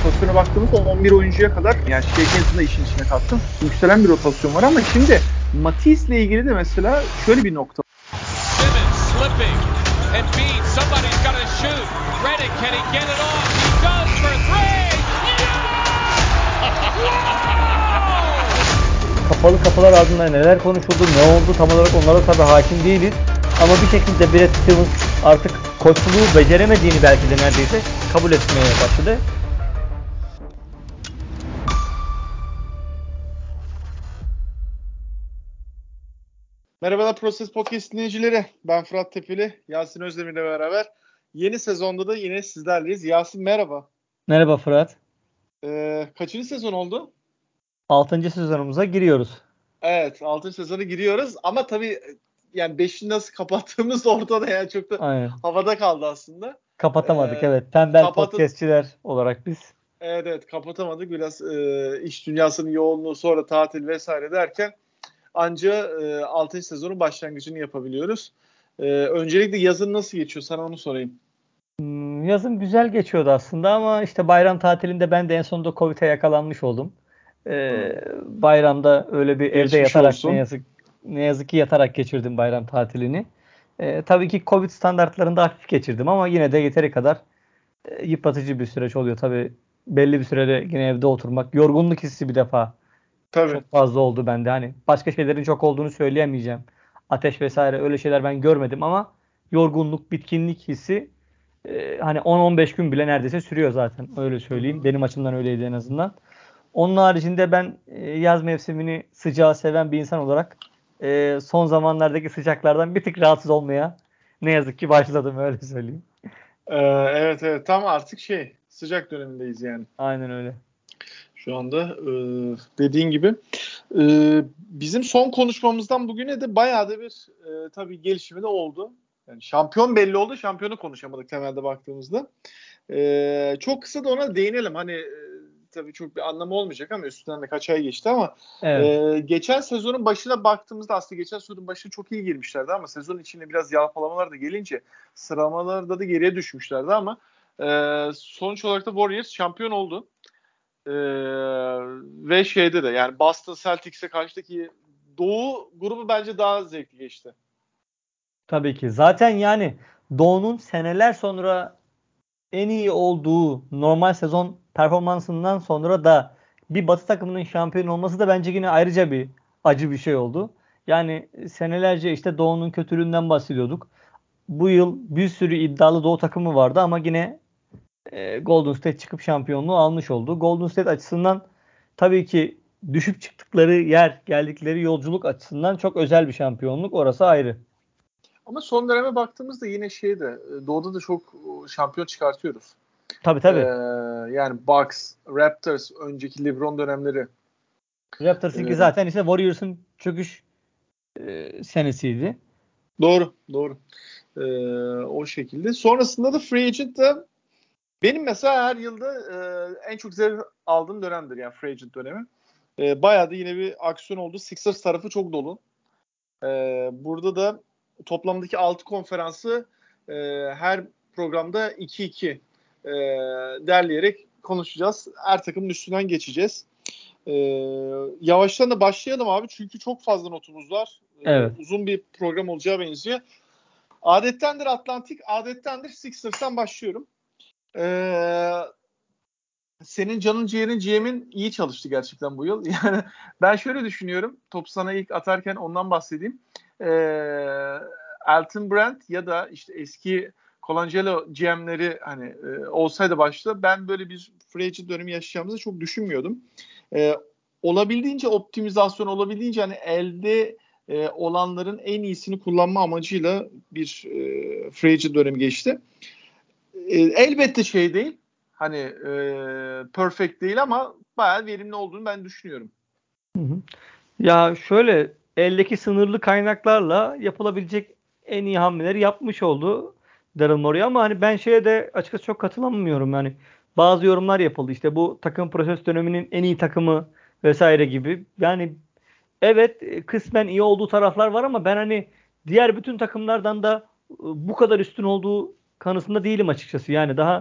rotasyona baktığımızda 11 oyuncuya kadar, yani Shea da işin içine kattım. Yükselen bir rotasyon var ama şimdi Matis'le ilgili de mesela şöyle bir nokta. Simmons slipping. Embiid, somebody's got to shoot. Redick, can he get it off? He does for three. Kapalı kapılar ardında neler konuşuldu, ne oldu tam olarak onlara tabii hakim değiliz. Ama bir şekilde Brad Stevens artık koçluğu beceremediğini belki de neredeyse kabul etmeye başladı. Merhabalar Proses Podcast dinleyicileri. Ben Fırat Tepeli, Yasin Özdemir ile beraber yeni sezonda da yine sizlerleyiz. Yasin merhaba. Merhaba Fırat. Kaçıncı sezon oldu? 6. sezonumuza giriyoruz. Evet, 6. sezona giriyoruz ama tabii yani 5'i nasıl kapattığımız da ortada, yani çok da Aynen. havada kaldı aslında. Kapatamadık evet. Tembel Kapatın- podcastçiler olarak biz. Evet kapatamadık. Biraz iş dünyasının yoğunluğu, sonra tatil vesaire derken anca 6. sezonun başlangıcını yapabiliyoruz. Öncelikle yazın nasıl geçiyor? Sana onu sorayım. Yazın güzel geçiyordu aslında ama işte bayram tatilinde ben de en sonunda Covid'e yakalanmış oldum. Bayramda öyle bir evde Geçmiş yatarak olsun. ne yazık ki yatarak geçirdim bayram tatilini. Tabii ki Covid standartlarında hafif geçirdim ama yine de yeteri kadar yıpratıcı bir süreç oluyor. Tabii belli bir sürede yine evde oturmak, yorgunluk hissi bir defa Tabii. çok fazla oldu bende. Hani başka şeylerin çok olduğunu söyleyemeyeceğim. Ateş vesaire öyle şeyler ben görmedim ama yorgunluk, bitkinlik hissi hani 10-15 gün bile neredeyse sürüyor zaten. Öyle söyleyeyim. Benim açımdan öyleydi en azından. Onun haricinde ben yaz mevsimini sıcağı seven bir insan olarak son zamanlardaki sıcaklardan bir tık rahatsız olmaya ne yazık ki başladım öyle söyleyeyim. Evet tam artık sıcak dönemindeyiz yani. Aynen öyle. Şu anda dediğin gibi. Bizim son konuşmamızdan bugüne de bayağı da bir tabii gelişme de oldu. Yani şampiyon belli oldu. Şampiyonu konuşamadık temelde baktığımızda. Çok kısa da ona değinelim. Hani tabii çok bir anlamı olmayacak ama üstünden de kaç ay geçti ama Evet. geçen sezonun başına baktığımızda aslında geçen sezonun başına çok iyi girmişlerdi ama sezon içinde biraz yalpalamalar da gelince sıralamalarda da geriye düşmüşlerdi ama sonuç olarak da Warriors şampiyon oldu. Ve şeyde de yani Boston Celtics'e karşıdaki Doğu grubu bence daha zevkli geçti. Tabii ki. Zaten yani Doğu'nun seneler sonra en iyi olduğu normal sezon performansından sonra da bir Batı takımının şampiyon olması da bence yine ayrıca bir acı bir şey oldu. Yani senelerce işte Doğu'nun kötülüğünden bahsediyorduk. Bu yıl bir sürü iddialı Doğu takımı vardı ama yine Golden State çıkıp şampiyonluğu almış oldu. Golden State açısından tabii ki düşüp çıktıkları yer, geldikleri yolculuk açısından çok özel bir şampiyonluk. Orası ayrı. Ama son döneme baktığımızda yine Doğu'da da çok şampiyon çıkartıyoruz. Tabii tabii. Yani Bucks, Raptors, önceki LeBron dönemleri. Raptors'ınki Ee, zaten işte Warriors'ın çöküş senesiydi. doğru. O şekilde. Sonrasında da Free Agent'da benim mesela her yılda en çok zevk aldığım dönemdir yani Free Agent dönemi. Bayağı da yine bir aksiyon oldu. Sixers tarafı çok dolu. Burada da toplamdaki 6 konferansı her programda 2-2 derleyerek konuşacağız. Her takımın üstünden geçeceğiz. Yavaştan da başlayalım abi çünkü çok fazla notumuz var. Evet. Uzun bir program olacağı benziyor. Adettendir Atlantik, adettendir Sixers'tan başlıyorum. Senin canın ciğerin GM'in iyi çalıştı gerçekten bu yıl. Yani ben şöyle düşünüyorum. Topu sana ilk atarken ondan bahsedeyim. Elton Brand ya da işte eski Colangelo GM'leri hani olsaydı başta ben böyle bir free agent dönemi yaşayacağımızı çok düşünmüyordum. Olabildiğince optimizasyon, olabildiğince hani elde olanların en iyisini kullanma amacıyla bir free agent dönemi geçti. Elbette değil. Hani perfect değil ama bayağı verimli olduğunu ben düşünüyorum. Hı hı. Ya şöyle eldeki sınırlı kaynaklarla yapılabilecek en iyi hamleleri yapmış oldu Daryl Morey ama hani ben şeye de açıkçası çok katılamıyorum yani bazı yorumlar yapıldı işte bu takım proses döneminin en iyi takımı vesaire gibi yani evet kısmen iyi olduğu taraflar var ama ben hani diğer bütün takımlardan da bu kadar üstün olduğu kanısında değilim açıkçası yani daha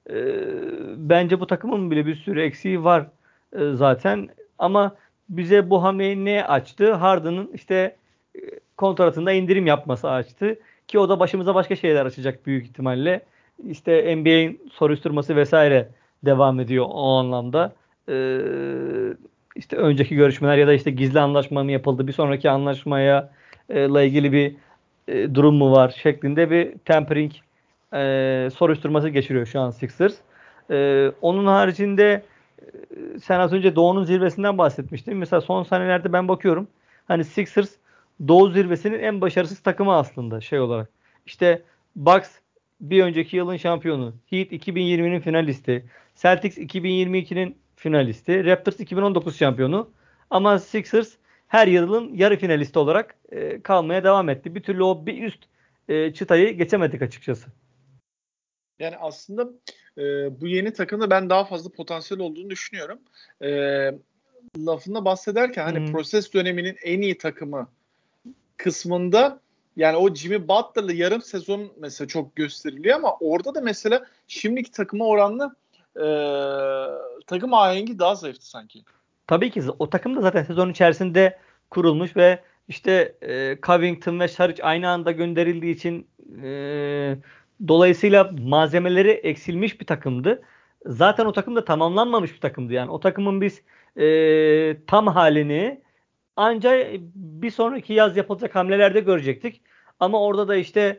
Bence bu takımın bile bir sürü eksiği var zaten. Ama bize bu hamleyi ne açtı? Harden'ın işte kontratında indirim yapması açtı. Ki o da başımıza başka şeyler açacak büyük ihtimalle. İşte NBA'in soruşturması vesaire devam ediyor o anlamda. İşte önceki görüşmeler ya da işte gizli anlaşma mı yapıldı? Bir sonraki anlaşmaya ile ilgili bir durum mu var şeklinde bir tampering soruşturması geçiriyor şu an Sixers. Onun haricinde sen az önce Doğu'nun zirvesinden bahsetmiştin. Mesela son senelerde ben bakıyorum. Hani Sixers Doğu zirvesinin en başarısız takımı aslında şey olarak. İşte Bucks bir önceki yılın şampiyonu. Heat 2020'nin finalisti. Celtics 2022'nin finalisti. Raptors 2019 şampiyonu. Ama Sixers her yılın yarı finalisti olarak kalmaya devam etti. Bir türlü o bir üst çıtayı geçemedik açıkçası. Yani aslında bu yeni takımda ben daha fazla potansiyel olduğunu düşünüyorum. Lafında bahsederken hani proses döneminin en iyi takımı kısmında yani o Jimmy Butler'lı yarım sezon mesela çok gösteriliyor ama orada da mesela şimdiki takıma oranla takım ahengi daha zayıftı sanki. Tabii ki o takım da zaten sezon içerisinde kurulmuş ve işte Covington ve Saric aynı anda gönderildiği için dolayısıyla malzemeleri eksilmiş bir takımdı. Zaten o takım da tamamlanmamış bir takımdı. Yani o takımın biz tam halini ancak bir sonraki yaz yapılacak hamlelerde görecektik. Ama orada da işte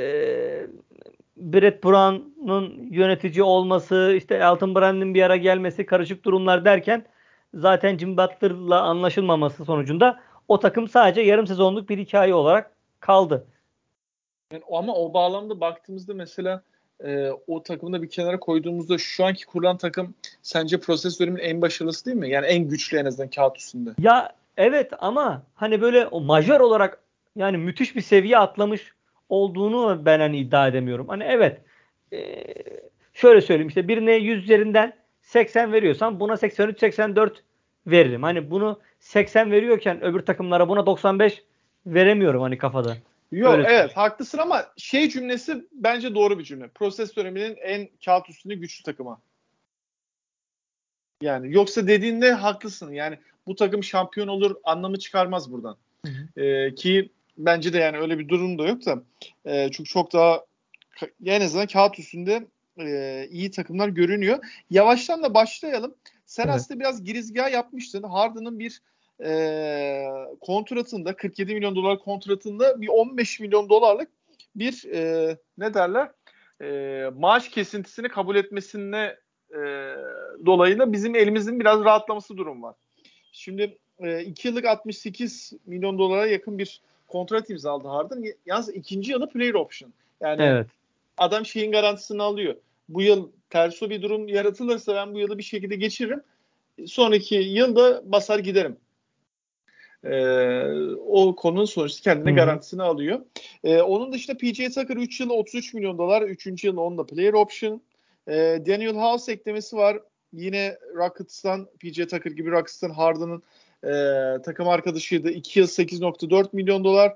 Brett Brown'un yönetici olması, işte Elton Brand'in bir ara gelmesi, karışık durumlar derken zaten Jim Butler'la anlaşılmaması sonucunda o takım sadece yarım sezonluk bir hikaye olarak kaldı. Yani ama o bağlamda baktığımızda mesela o takımı da bir kenara koyduğumuzda şu anki kurulan takım sence proses döneminin en başarılısı değil mi? Yani en güçlü en azından kağıt üstünde. Ya evet ama hani böyle o majör olarak yani müthiş bir seviye atlamış olduğunu ben hani iddia edemiyorum. Hani evet e, şöyle söyleyeyim işte birine 100 üzerinden 80 veriyorsam buna 83-84 veririm. Hani bunu 80 veriyorken öbür takımlara buna 95 veremiyorum hani kafada. Yok Öyle evet söyleyeyim. haklısın ama şey cümlesi bence doğru bir cümle. Proses döneminin en kağıt üstünde güçlü takımı. Yani yoksa dediğinde haklısın. Yani bu takım şampiyon olur anlamı çıkarmaz buradan. Hı hı. Ki bence de yani öyle bir durum da yok da çünkü çok daha en azından kağıt üstünde iyi takımlar görünüyor. Yavaştan da başlayalım. Sen Evet. aslında biraz girizgah yapmıştın. Harden'ın bir kontratında 47 milyon dolar kontratında bir 15 milyon dolarlık bir ne derler maaş kesintisini kabul etmesine dolayı bizim elimizin biraz rahatlaması durum var. Şimdi 2 yıllık 68 milyon dolara yakın bir kontrat imzaladı Harden. Yalnız ikinci yılı player option. Yani Evet. adam şeyin garantisini alıyor. Bu yıl terso bir durum yaratılırsa ben bu yılı bir şekilde geçiririm. Sonraki yılda basar giderim. O konunun sonuçta kendine Hı hı. garantisini alıyor. Onun dışında PJ Tucker 3 yıl 33 milyon dolar. 3. yıl onunla player option. Daniel House eklemesi var. Yine Rockets'tan PJ Tucker gibi Rockets'tan Harden'ın takım arkadaşıydı. 2 yıl 8.4 milyon dolar.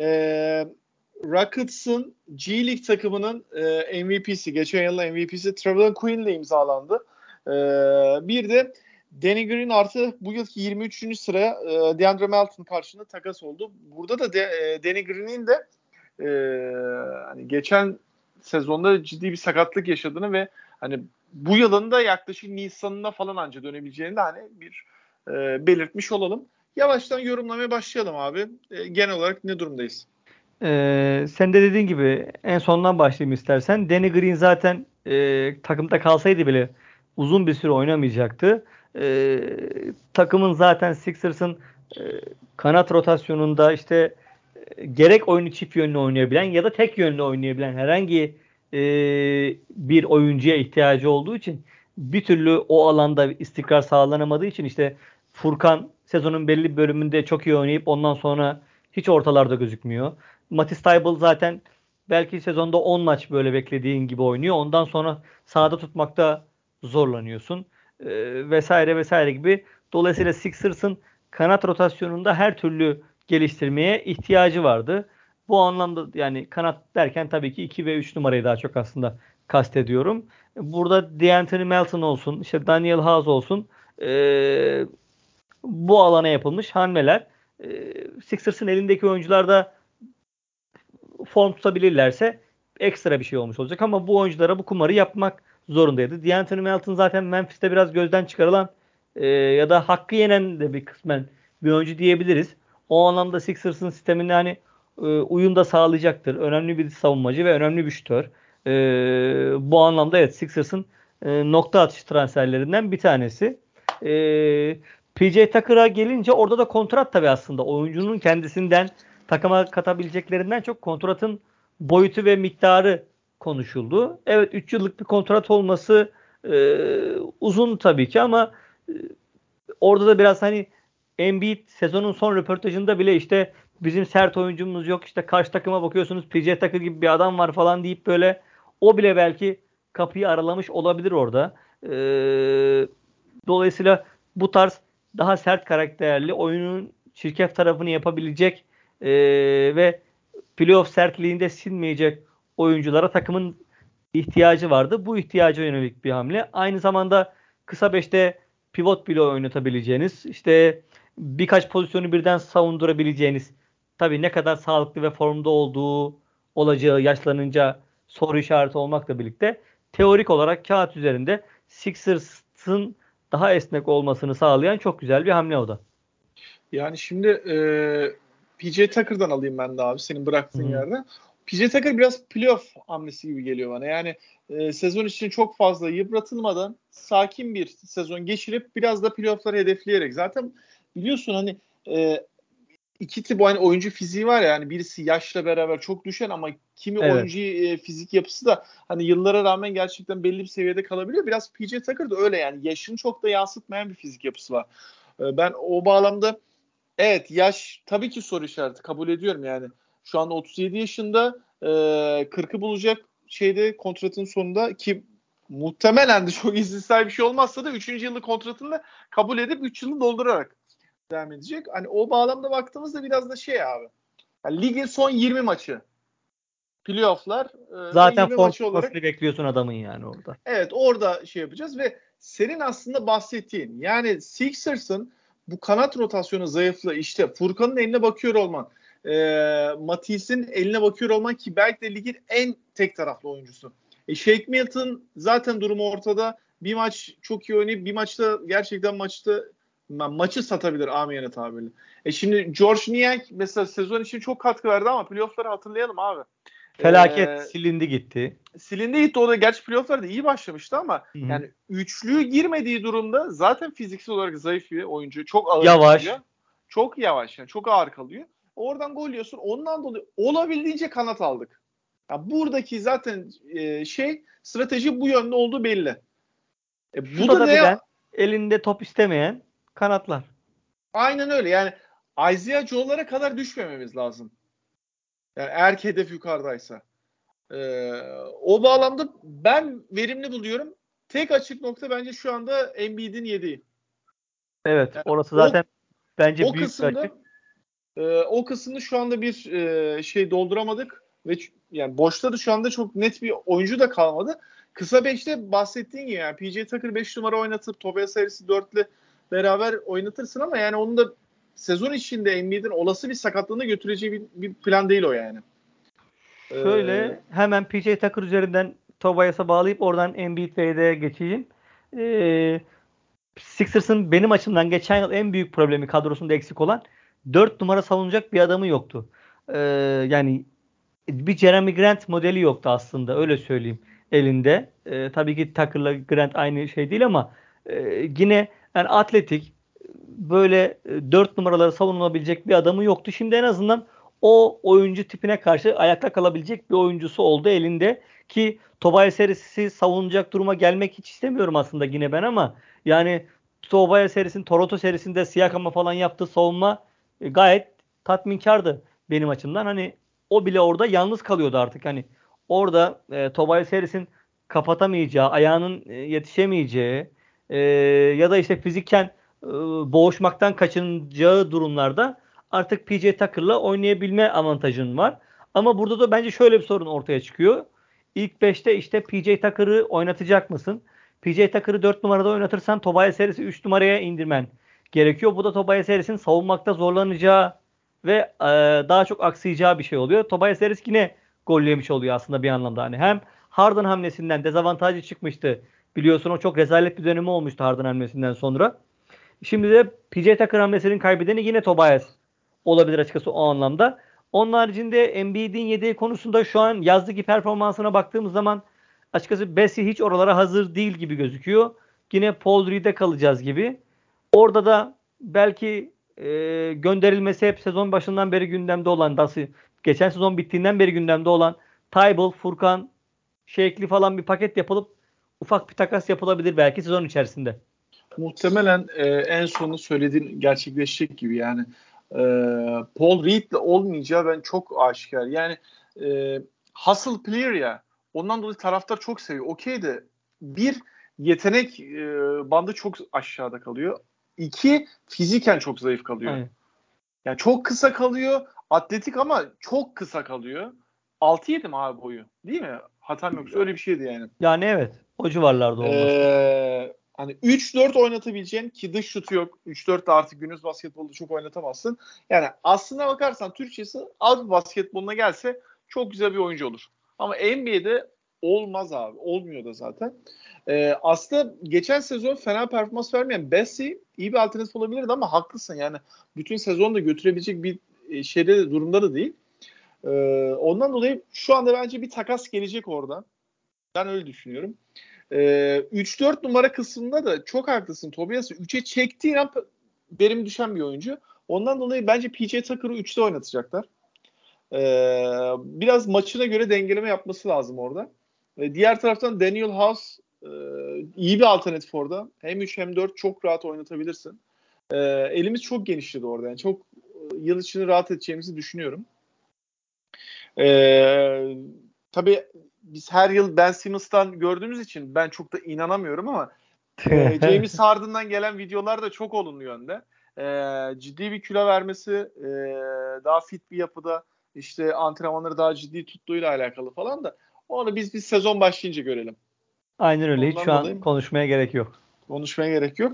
Rockets'ın G League takımının MVP'si, geçen yılın MVP'si Trevelyan Quinn ile imzalandı. Bir de Danny Green artı bu yılki 23. sıraya DeAndre Melton karşılığında takas oldu. Burada da Danny Green'in de hani geçen sezonda ciddi bir sakatlık yaşadığını ve hani bu yılın da yaklaşık Nisan'ına falan anca dönebileceğini de hani bir belirtmiş olalım. Yavaştan yorumlamaya başlayalım abi. Genel olarak ne durumdayız? Sen de dediğin gibi en sondan başlayayım istersen. Danny Green zaten takımda kalsaydı bile uzun bir süre oynamayacaktı. Takımın zaten Sixers'ın e, kanat rotasyonunda işte gerek oyunu çift yönlü oynayabilen ya da tek yönlü oynayabilen herhangi e, bir oyuncuya ihtiyacı olduğu için bir türlü o alanda istikrar sağlanamadığı için işte Furkan sezonun belli bir bölümünde çok iyi oynayıp ondan sonra hiç ortalarda gözükmüyor. Matisse Thybulle zaten belki sezonda 10 maç böyle beklediğin gibi oynuyor. Ondan sonra sahada tutmakta zorlanıyorsun. Vesaire vesaire gibi. Dolayısıyla Sixers'ın kanat rotasyonunda her türlü geliştirmeye ihtiyacı vardı. Bu anlamda yani kanat derken tabii ki 2 ve 3 numarayı daha çok aslında kastediyorum. Burada D'Anthony Melton olsun, işte Daniel House olsun, bu alana yapılmış hamleler. Sixers'ın elindeki oyuncular da form tutabilirlerse ekstra bir şey olmuş olacak ama bu oyunculara bu kumarı yapmak zorundaydı. D'Anthony Melton zaten Memphis'te biraz gözden çıkarılan ya da hakkı yenen de bir kısmen bir oyuncu diyebiliriz. O anlamda Sixers'ın sistemine hani uyum da sağlayacaktır. Önemli bir savunmacı ve önemli bir şütör. Bu anlamda evet Sixers'ın nokta atışı transferlerinden bir tanesi. PJ Tucker'a gelince orada da kontrat tabii aslında oyuncunun kendisinden takıma katabileceklerinden çok kontratın boyutu ve miktarı konuşuldu. Evet 3 yıllık bir kontrat olması uzun tabii ki ama orada da biraz hani Embiid sezonun son röportajında bile işte bizim sert oyuncumuz yok işte karşı takıma bakıyorsunuz PJ Tucker gibi bir adam var falan deyip böyle o bile belki kapıyı aralamış olabilir orada. Dolayısıyla bu tarz daha sert karakterli oyunun çirkef tarafını yapabilecek ve playoff sertliğinde sinmeyecek oyunculara takımın ihtiyacı vardı. Bu ihtiyaca yönelik bir hamle. Aynı zamanda kısa beşte pivot bile oynatabileceğiniz, işte birkaç pozisyonu birden savundurabileceğiniz, tabii ne kadar sağlıklı ve formda olduğu olacağı yaşlanınca soru işareti olmakla birlikte teorik olarak kağıt üzerinde Sixers'ın daha esnek olmasını sağlayan çok güzel bir hamle o da. Yani şimdi PJ Tucker'dan alayım ben de abi senin bıraktığın yerden. PJ Tucker biraz playoff hamlesi gibi geliyor bana. Yani sezon için çok fazla yıpratılmadan sakin bir sezon geçirip biraz da playoff'ları hedefleyerek. Zaten biliyorsun hani iki tip hani oyuncu fiziği var ya yani birisi yaşla beraber çok düşen ama kimi oyuncu fizik yapısı da hani yıllara rağmen gerçekten belli bir seviyede kalabiliyor. Biraz PJ Tucker da öyle yani yaşını çok da yansıtmayan bir fizik yapısı var. Ben o bağlamda evet yaş tabii ki soru işareti kabul ediyorum yani. Şu anda 37 yaşında 40'ı bulacak şeyde kontratın sonunda ki muhtemelen de çok istihdar bir şey olmazsa da 3. yıllık kontratını da kabul edip 3 yılı doldurarak devam edecek. Hani o bağlamda baktığımızda biraz da şey abi. Yani ligin son 20 maçı. Playoff'lar son Zaten 20 form maçı olarak tutmasını bekliyorsun adamın yani orada. evet orada şey yapacağız ve senin aslında bahsettiğin yani Sixers'ın bu kanat rotasyonu zayıflığı işte Furkan'ın eline bakıyor olman Matis'in eline bakıyor olman ki belki de ligin en tek taraflı oyuncusu. Shake Milton zaten durumu ortada. Bir maç çok iyi oynayıp bir maçta gerçekten maçı satabilir amiyane tabirle. Şimdi George Niang mesela sezon için çok katkı verdi ama playoff'ları hatırlayalım abi. Felaket silindi gitti. Silindi gitti. O da gerçi playoff'larda iyi başlamıştı ama Hı-hı. yani üçlüğü girmediği durumda zaten fiziksel olarak zayıf bir oyuncu. Çok ağır Yavaş. kalıyor. Çok yavaş yani çok ağır kalıyor. Oradan gol yiyorsun. Ondan dolayı olabildiğince kanat aldık. Yani buradaki zaten strateji bu yönde olduğu belli. Bu Şuta da da ne? bilen, elinde top istemeyen kanatlar. Aynen öyle. Yani Isaiah Joe'lara kadar düşmememiz lazım. Yani eğer ki hedef yukarıdaysa. O bağlamda ben verimli buluyorum. Tek açık nokta bence şu anda Embiid'in yediği. Evet, Yani orası zaten bence o büyük bir açık. kısımda o kısımda şu anda bir şey dolduramadık ve yani boşta da şu anda çok net bir oyuncu da kalmadı. Kısa beşte bahsettiğin gibi yani PJ Tucker 5 numara oynatıp Tobias Harris'i 4'le beraber oynatırsın ama yani onun da sezon içinde Embiid'in olası bir sakatlığına götüreceği bir plan değil o yani. Şöyle hemen PJ Tucker üzerinden Tobias'a bağlayıp oradan Embiid ve Wade'e geçeyim. Sixers'ın benim açımdan geçen yıl en büyük problemi kadrosunda eksik olan 4 numara savunacak bir adamı yoktu. Yani bir Jeremy Grant modeli yoktu aslında öyle söyleyeyim elinde. Tabii ki Tucker'la Grant aynı şey değil ama yine yani atletik böyle 4 numaraları savunulabilecek bir adamı yoktu. Şimdi en azından o oyuncu tipine karşı ayakta kalabilecek bir oyuncusu oldu elinde ki Tobias Harris'i savunacak duruma gelmek hiç istemiyorum aslında yine ben ama yani Tobias Harris'in Toronto serisinde Siakam'a falan yaptığı savunma gayet tatminkardı benim açımdan. Hani o bile orada yalnız kalıyordu artık. Hani orada Tobias Harris'in kapatamayacağı, ayağının yetişemeyeceği ya da işte fizikken boğuşmaktan kaçınacağı durumlarda artık PJ Tucker'la oynayabilme avantajın var. Ama burada da bence şöyle bir sorun ortaya çıkıyor. İlk 5'te işte PJ Tucker'ı oynatacak mısın? PJ Tucker'ı 4 numarada oynatırsan Tobias Harris'i 3 numaraya indirmen gerekiyor. Bu da Tobias Harris'in savunmakta zorlanacağı ve daha çok aksayacağı bir şey oluyor. Tobias Harris yine gol yemiş oluyor aslında bir anlamda. Hani hem Harden hamlesinden dezavantajlı çıkmıştı. Biliyorsun o çok rezalet bir dönemi olmuştu Harden hamlesinden sonra. Şimdi de PJ Tucker hamlesinin kaybedeni yine Tobias olabilir açıkçası o anlamda. Onun haricinde Embiid'in yedeği konusunda şu an yazdaki performansına baktığımız zaman açıkçası Bessie hiç oralara hazır değil gibi gözüküyor. Yine Paul Reed'e kalacağız gibi. Orada da belki gönderilmesi hep sezon başından beri gündemde olan, geçen sezon bittiğinden beri gündemde olan Tybal, Furkan, Şekli falan bir paket yapılıp ufak bir takas yapılabilir belki sezon içerisinde. Muhtemelen en sonu söylediğin gerçekleşecek gibi yani. Paul Reed'le olmayacağı ben çok aşikar. Yani hustle player ya. Ondan dolayı taraftar çok seviyor. Okey de bir yetenek bandı çok aşağıda kalıyor. İki fiziken çok zayıf kalıyor. Aynen. Yani çok kısa kalıyor. Atletik ama çok kısa kalıyor. 6-7 mi abi boyu? Değil mi? Hatam yoksa öyle bir şeydi yani. Yani evet. O civarlarda olması. Hani 3-4 oynatabileceğin ki dış şutu yok. 3-4 de artık günümüz basketbolda çok oynatamazsın. Yani aslına bakarsan Türkçesi Avrupa basketboluna gelse çok güzel bir oyuncu olur. Ama NBA'de olmaz abi. Olmuyor da zaten. Aslında geçen sezon fena performans vermeyen Bessie iyi bir alternatif olabilirdi ama haklısın yani. Bütün sezonu da götürebilecek bir durumda da değil. Ondan dolayı şu anda bence bir takas gelecek oradan. Ben öyle düşünüyorum. 3-4 numara kısmında da çok haklısın. Tobias'ı 3'e çektiğin an verim düşen bir oyuncu. Ondan dolayı bence PJ Tucker'ı 3'te oynatacaklar. Biraz maçına göre dengeleme yapması lazım orada. Diğer taraftan Daniel House iyi bir alternatif orada. Hem 3 hem 4 çok rahat oynatabilirsin. Elimiz çok genişledi orada. Yani çok yıl içinde rahat edeceğimizi düşünüyorum. Tabii biz her yıl Ben Simmons'tan gördüğümüz için ben çok da inanamıyorum ama James Harden'dan gelen videolar da çok olumlu yönde. Ciddi bir kilo vermesi, daha fit bir yapıda, işte antrenmanları daha ciddi tuttuğuyla alakalı falan da onu biz sezon başlayınca görelim. Aynen öyle. Hiç Ondan şu an dolayı konuşmaya gerek yok. konuşmaya gerek yok.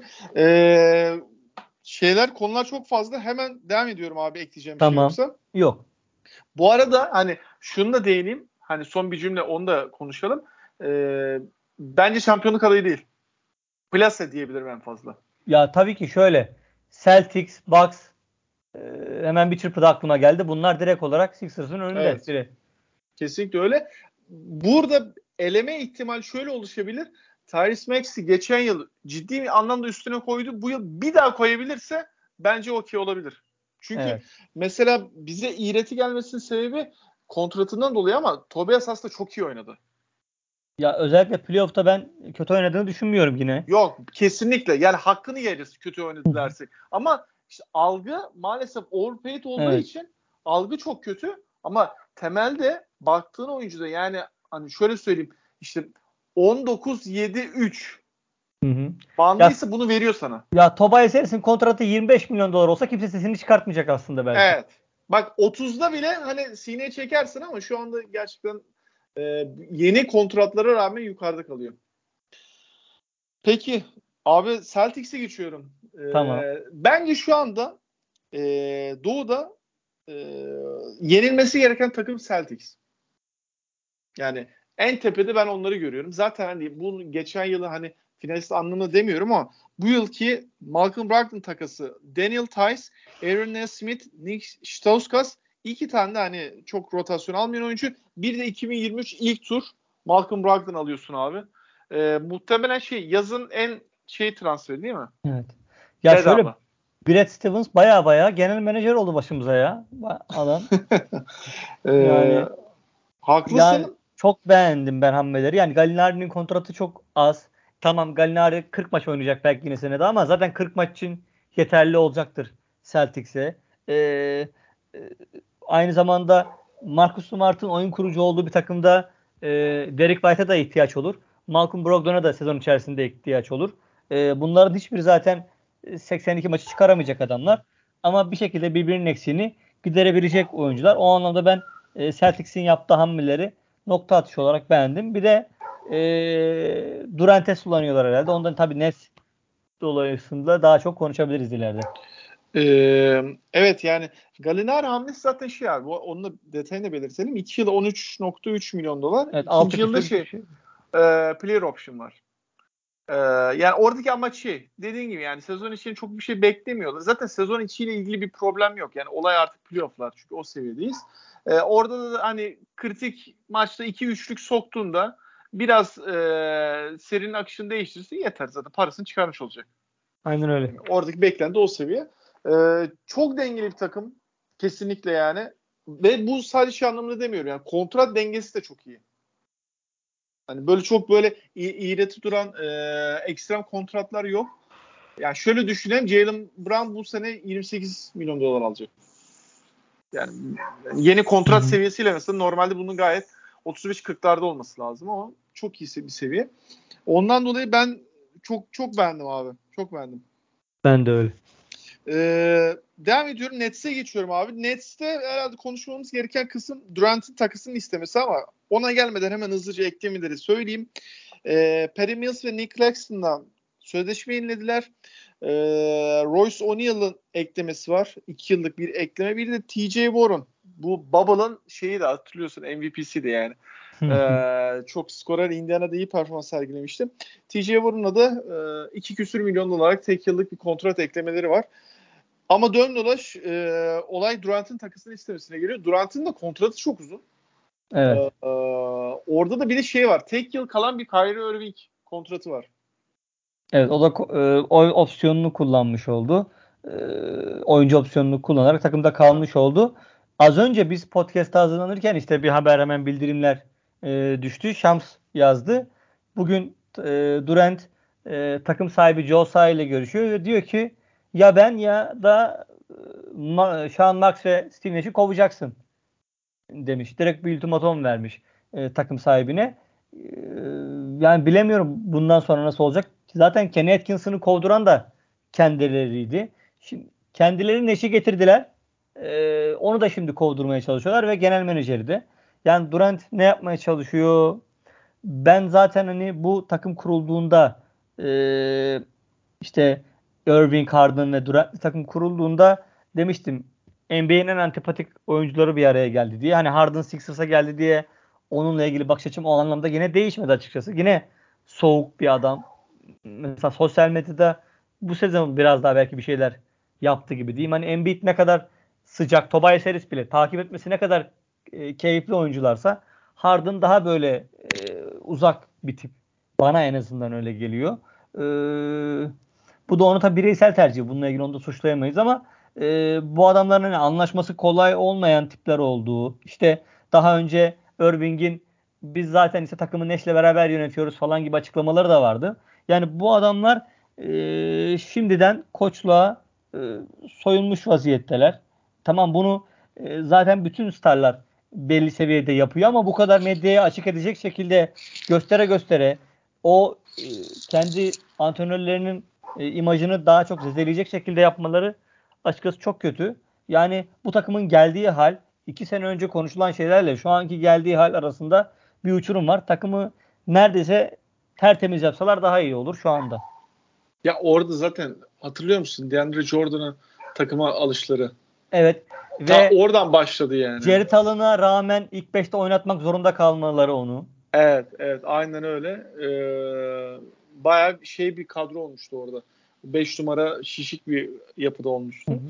Konular çok fazla. Hemen devam ediyorum abi, ekleyeceğim bir şey Tamam. yoksa. Yok. Bu arada hani şunu da değineyim. Hani son bir cümle onu da konuşalım. Bence şampiyonluk adayı değil. Plase diyebilirim en fazla. Ya tabii ki şöyle. Celtics, Bucks hemen bir çırpıda aklıma geldi. Bunlar direkt olarak Sixers'ın önünde. Evet. Direkt. Kesinlikle öyle. Burada eleme ihtimal şöyle oluşabilir. Tyrese Maxey geçen yıl ciddi bir anlamda üstüne koydu. Bu yıl bir daha koyabilirse bence okey olabilir. Çünkü Evet. mesela bize iğreti gelmesinin sebebi kontratından dolayı ama Tobias aslında çok iyi oynadı. Ya özellikle playoff'ta ben kötü oynadığını düşünmüyorum yine. Yok kesinlikle. Yani hakkını yeriz kötü oynadı dersek. Ama işte algı maalesef overpaid olduğu Evet. için algı çok kötü. Ama temelde baktığın oyuncuda yani hani şöyle söyleyeyim işte 19-7-3 Hı hı. Ya, bandıysa bunu veriyor sana. ya Tobias Harris'in kontratı 25 milyon dolar olsa kimse sesini çıkartmayacak aslında belki. Evet. Bak 30'da bile hani sineye çekersin ama şu anda gerçekten yeni kontratlara rağmen yukarıda kalıyor. Peki abi Celtics'e geçiyorum. Tamam. Bence şu anda Doğu'da e, yenilmesi gereken takım Celtics. Yani en tepede ben onları görüyorum. Zaten hani bu geçen yılı hani finalist anlamında demiyorum ama bu yılki Malcolm Brogdon takası Daniel Tice, Aaron Nesmith, Nick Stauskas, iki tane de hani çok rotasyon almayan oyuncu. Bir de 2023 ilk tur Malcolm Brogdon alıyorsun abi. Muhtemelen yazın en transferi değil mi? Evet. Ya şöyle Bedava. Brad Stevens baya genel menajer oldu başımıza ya. Adam. Ee, Yani haklısın. çok beğendim ben hamleleri. Yani Gallinari'nin kontratı çok az. Tamam Gallinari 40 maç oynayacak belki yine senede ama zaten 40 maç için yeterli olacaktır Celtics'e. Ee, e, Aynı zamanda Marcus Smart'ın oyun kurucu olduğu bir takımda Derek White'a da ihtiyaç olur. Malcolm Brogdon'a da sezon içerisinde ihtiyaç olur. Bunların hiçbiri zaten 82 maçı çıkaramayacak adamlar. Ama bir şekilde birbirinin eksiğini giderebilecek oyuncular. O anlamda ben Celtics'in yaptığı hamleleri nokta atışı olarak beğendim. Bir de Durant'e kullanıyorlar herhalde. Ondan tabii Nets dolayısıyla daha çok konuşabiliriz ileride. Evet yani Gallinari hamlesi zaten şey abi. Onun da detayını belirtelim. 2 yıl 13.3 milyon dolar. Evet, İkinci yılda player option var. Yani oradaki amaç dediğin gibi yani sezon için çok bir şey beklemiyorlar. Zaten sezon içiyle ilgili bir problem yok. Yani olay artık playoff'lar çünkü o seviyedeyiz. Orada da hani kritik maçta 2-3'lük soktuğunda biraz serinin akışını değiştirirse yeter zaten. Parasını çıkarmış olacak. Aynen öyle. Yani oradaki beklenti o seviye. Çok dengeli bir takım. Kesinlikle yani. Ve bu sadece şey anlamında demiyorum. Yani kontrat dengesi de çok iyi. Hani böyle çok böyle iğreti duran ekstrem kontratlar yok. Yani şöyle düşünelim. Jaylen Brown bu sene 28 milyon dolar alacak. Yani yeni kontrat seviyesiyle mesela normalde bunun gayet 35-40'larda olması lazım ama çok iyi bir seviye. Ondan dolayı ben çok beğendim abi. Çok beğendim. Ben de öyle. Devam ediyorum. Nets'e geçiyorum abi. Nets'te herhalde konuşmamız gereken kısım Durant'in takısını istemesi ama ona gelmeden hemen hızlıca eklemeleri söyleyeyim. Patty Mills ve Nick Claxton'dan sözleşme yenilediler. Royce O'Neal'ın eklemesi var. 2 yıllık bir ekleme. Bir de TJ Warren. Bu Bubble'ın şeyi de hatırlıyorsun MVP'si de yani. Çok skorer Indiana'da iyi performans sergilemişti. TJ Warren'a da 2 küsür milyon dolarlık tek yıllık bir kontrat eklemeleri var. Ama dön dolaş olay Durant'ın takısını istemesine geliyor. Durant'ın da kontratı çok uzun. Evet. Orada da bir de şey var. Tek yıl kalan bir Kyrie Irving kontratı var. Evet, o da o opsiyonunu kullanmış oldu. Oyuncu opsiyonunu kullanarak takımda kalmış oldu. Az önce biz podcast'a hazırlanırken işte bir haber hemen bildirimler düştü. Shams yazdı. Bugün Durant takım sahibi Joe Tsai ile görüşüyor ve diyor ki ya ben ya da Sean Marks ve Steve Nash'i kovacaksın demiş. Direkt bir ultimatum vermiş takım sahibine. Yani bilemiyorum bundan sonra nasıl olacak. Zaten Kenny Atkinson'ı kovduran da kendileriydi. Şimdi kendileri Nash'i getirdiler. Onu da şimdi kovdurmaya çalışıyorlar ve genel menajeri de. Yani Durant ne yapmaya çalışıyor? Ben zaten hani bu takım kurulduğunda işte Irving, Harden ve Durant takım kurulduğunda demiştim NBA'nin en antipatik oyuncuları bir araya geldi diye. Hani Harden Sixers'a geldi diye onunla ilgili bakış açım o anlamda yine değişmedi açıkçası. Yine soğuk bir adam. Mesela sosyal medyada bu sezon biraz daha belki bir şeyler yaptı gibi diyeyim. Hani Embiid ne kadar sıcak, Tobias Harris bile takip etmesi ne kadar keyifli oyuncularsa Harden daha böyle uzak bir tip. Bana en azından öyle geliyor. Bu da onu tabii bireysel tercih. Bununla ilgili onu da suçlayamayız ama bu adamların hani anlaşması kolay olmayan tipler olduğu, işte daha önce Irving'in biz zaten işte takımı Nash'le beraber yönetiyoruz falan gibi açıklamaları da vardı. Yani bu adamlar şimdiden koçluğa e, soyunmuş vaziyetteler. Tamam bunu zaten bütün starlar belli seviyede yapıyor ama bu kadar medyaya açık edecek şekilde göstere göstere o kendi antrenörlerinin imajını daha çok zedeleyecek şekilde yapmaları açıkçası çok kötü. Yani bu takımın geldiği hal 2 sene önce konuşulan şeylerle şu anki geldiği hal arasında bir uçurum var. Takımı neredeyse tertemiz yapsalar daha iyi olur şu anda. Ya orada zaten hatırlıyor musun? DeAndre Jordan'ın takıma alışları. Evet. Ta Ve oradan başladı yani. Jared Allen'a rağmen ilk 5'te oynatmak zorunda kalmaları onu. Evet, aynen öyle. Bayağı şey bir kadro olmuştu orada. 5 numara şişik bir yapıda olmuştu. Hı hı.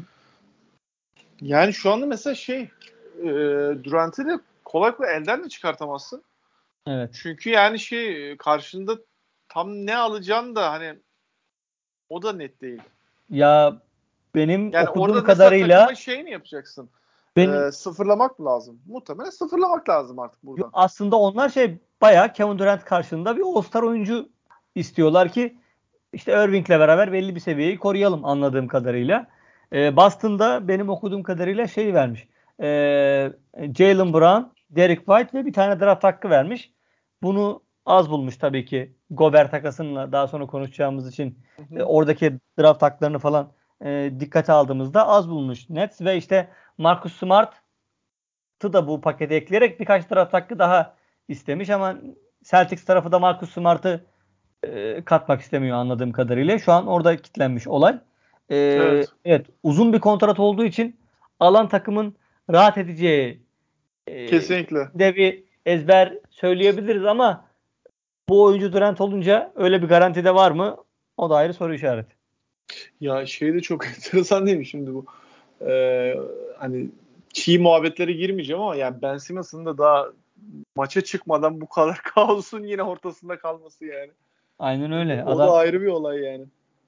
Yani şu anda mesela Durant'i de kolay kolay elden de çıkartamazsın. Evet. Çünkü yani karşında tam ne alacağını da hani o da net değil. Ya benim Yani okuduğum orada mesela takıma kadarıyla mi yapacaksın? benim Sıfırlamak mı lazım? Muhtemelen sıfırlamak lazım artık buradan. aslında onlar bayağı Kevin Durant karşılığında bir All-Star oyuncu istiyorlar ki işte Irving'le beraber belli bir seviyeyi koruyalım anladığım kadarıyla. Boston'da benim okuduğum kadarıyla vermiş. Jaylen Brown, Derek White ve bir tane draft hakkı vermiş. Bunu az bulmuş tabii ki. Gobert takasını daha sonra konuşacağımız için Hı hı. oradaki draft haklarını falan dikkate aldığımızda az bulmuş Nets ve işte Marcus Smart'ı da bu pakete ekleyerek birkaç draft hakkı daha istemiş ama Celtics tarafı da Marcus Smart'ı katmak istemiyor anladığım kadarıyla. Şu an orada kilitlenmiş olay. Evet. Evet, uzun bir kontrat olduğu için alan takımın rahat edeceği Kesinlikle. de bir ezber söyleyebiliriz ama bu oyuncu Durant olunca öyle bir garanti de var mı? O da ayrı soru işareti. Ya şey de çok enteresan değil mi şimdi bu? Hani çiğ muhabbetlere girmeyeceğim ama yani Ben Simmons'ın da daha maça çıkmadan bu kadar kaosun yine ortasında kalması yani. Aynen öyle. O da Adam ayrı bir olay yani.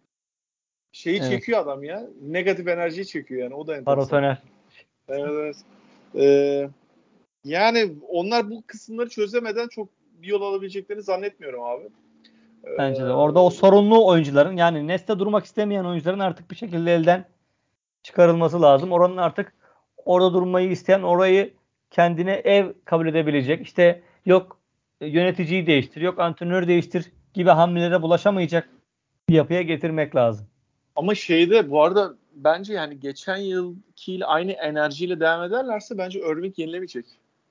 Şeyi evet, çekiyor adam ya. Negatif enerjiyi çekiyor yani. O da enteresan. paratoner. Evet, evet. Ee, Yani onlar bu kısımları çözemeden çok bir yol alabileceklerini zannetmiyorum abi. Bence de. Orada o sorunlu oyuncuların yani Neste durmak istemeyen oyuncuların artık bir şekilde elden çıkarılması lazım. Oranın artık orada durmayı isteyen, orayı kendine ev kabul edebilecek. İşte yok yöneticiyi değiştir, yok antrenör değiştir gibi hamlelere bulaşamayacak bir yapıya getirmek lazım. Ama şeyde bu arada bence yani geçen yılkiyle aynı enerjiyle devam ederlerse bence Irving yenilemeyecek.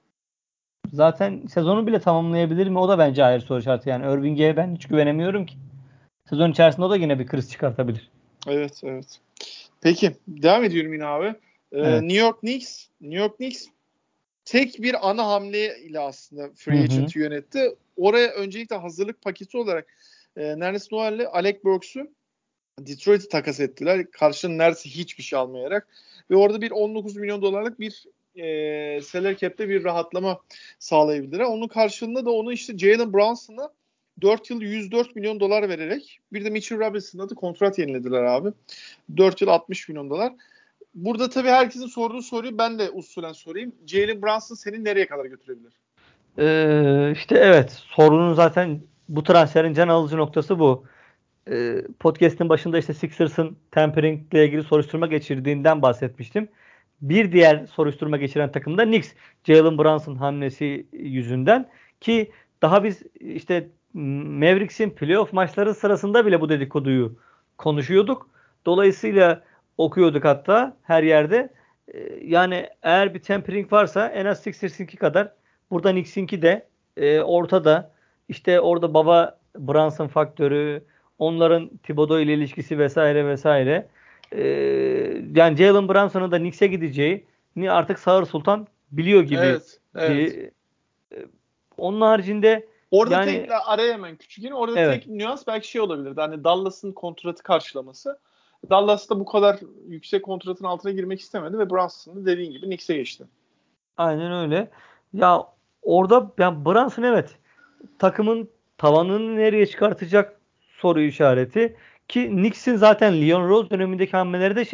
Zaten sezonu bile tamamlayabilir mi? O da bence ayrı soru işareti. Yani Irving'e ben hiç güvenemiyorum ki. Sezon içerisinde o da yine bir kriz çıkartabilir. Evet, evet. Peki devam ediyorum yine abi. Evet. New York Knicks tek bir ana hamle ile aslında Hı free hı. agent'ı yönetti. Oraya öncelikle hazırlık paketi olarak Nerlens Noel ile Alec Burks'u Detroit'i takas ettiler. Karşılığında neredeyse hiçbir şey almayarak. Ve orada bir 19 milyon dolarlık bir salary cap'te bir rahatlama sağlayabildiler. Onun karşılığında da onu işte Jalen Brunson'a 4 yıl 104 milyon dolar vererek bir de Mitchell Robinson'la da kontrat yenilediler abi. 4 yıl 60 milyon dolar. Burada tabii herkesin sorduğu soruyu ben de usulen sorayım. Jalen Brunson seni nereye kadar götürebilir? İşte evet sorunun zaten bu transferin can alıcı noktası bu. Podcast'in başında işte Sixers'ın tampering ile ilgili soruşturma geçirdiğinden bahsetmiştim. Bir diğer soruşturma geçiren takım da Knicks. Jalen Brunson hamlesi yüzünden ki daha biz işte Mavericks'in playoff maçları sırasında bile bu dedikoduyu konuşuyorduk. Dolayısıyla okuyorduk hatta her yerde. Yani eğer bir tampering varsa en az Sixers'inki kadar burada Knicks'inki de ortada. İşte orada baba Brunson faktörü, onların Thibodeau ile ilişkisi vesaire vesaire. Ee, Yani Jalen Brunson'un da Knicks'e gideceğini artık Sağır Sultan biliyor gibi. Evet, evet. Onun haricinde Orada tek yani araya hemen küçük yine orada evet, tek nüans belki şey olabilirdi. Hani Dallas'ın kontratı karşılaması. Dallas da bu kadar yüksek kontratın altına girmek istemedi ve Brunson'ı dediğin gibi Knicks'e geçti. aynen öyle. Ya orada yani Brunson evet takımın tavanını nereye çıkartacak soru işareti ki Knicks'in zaten Leon Rose dönemindeki hamleleri de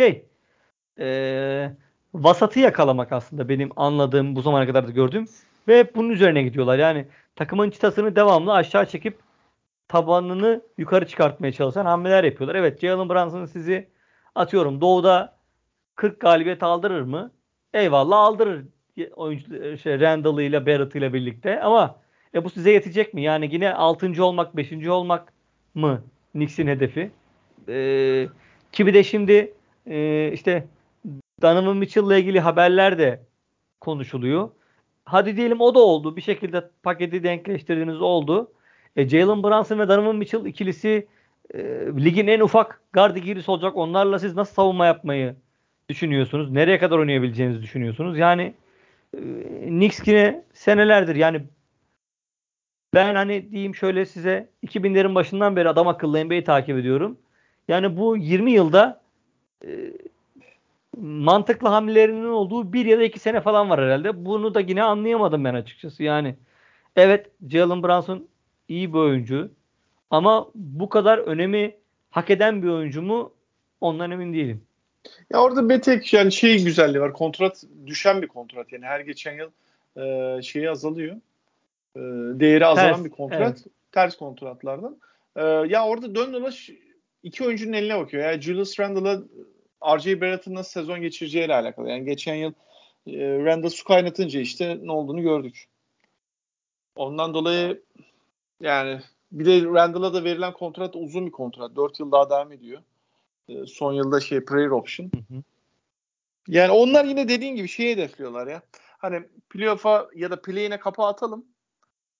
vasatı yakalamak aslında benim anladığım bu zamana kadar da gördüğüm ve hep bunun üzerine gidiyorlar. Yani takımın çıtasını devamlı aşağı çekip tabanını yukarı çıkartmaya çalışan hamleler yapıyorlar. Evet Jalen Brunson sizi atıyorum doğuda 40 galibiyet aldırır mı? Eyvallah aldırır. Oyuncu Randall ile Barrett ile birlikte ama bu size yetecek mi? Yani yine 6. olmak, 5. olmak mı Knicks'in hedefi? Ki bir de şimdi işte Donovan Mitchell'la ilgili haberler de konuşuluyor. Hadi diyelim o da oldu. Bir şekilde paketi denkleştirdiğiniz oldu. Jalen Brunson ve Donovan Mitchell ikilisi ligin en ufak guard ikilisi olacak. Onlarla siz nasıl savunma yapmayı düşünüyorsunuz? Nereye kadar oynayabileceğinizi düşünüyorsunuz? Yani Knicks yine senelerdir yani ben hani diyeyim şöyle size 2000'lerin başından beri adam akıllı NBA'yi takip ediyorum. Yani bu 20 yılda e, mantıklı hamlelerinin olduğu bir ya da iki sene falan var herhalde. Bunu da yine anlayamadım ben açıkçası. Yani evet Jalen Brunson iyi bir oyuncu ama bu kadar önemi hak eden bir oyuncu mu? Ondan emin değilim. Ya orada bir tek yani şey güzelliği var. Kontrat düşen bir kontrat. Yani her geçen yıl şeyi azalıyor. E, Değeri azalan Ters. bir Evet. kontrat. Ters kontratlardan. Ya orada dön dolaş iki oyuncunun eline bakıyor. Yani Julius Randle'la R.J. Barrett'ın nasıl sezon geçireceğiyle alakalı. Yani geçen yıl Randle su kaynatınca işte ne olduğunu gördük. Ondan dolayı yani bir de Randle'a da verilen kontrat uzun bir kontrat. 4 yıl daha devam ediyor. Son yılda player option. Hı hı. Yani onlar yine dediğin gibi şeyi hedefliyorlar ya. Hani playoff'a ya da play-in'e kapı atalım.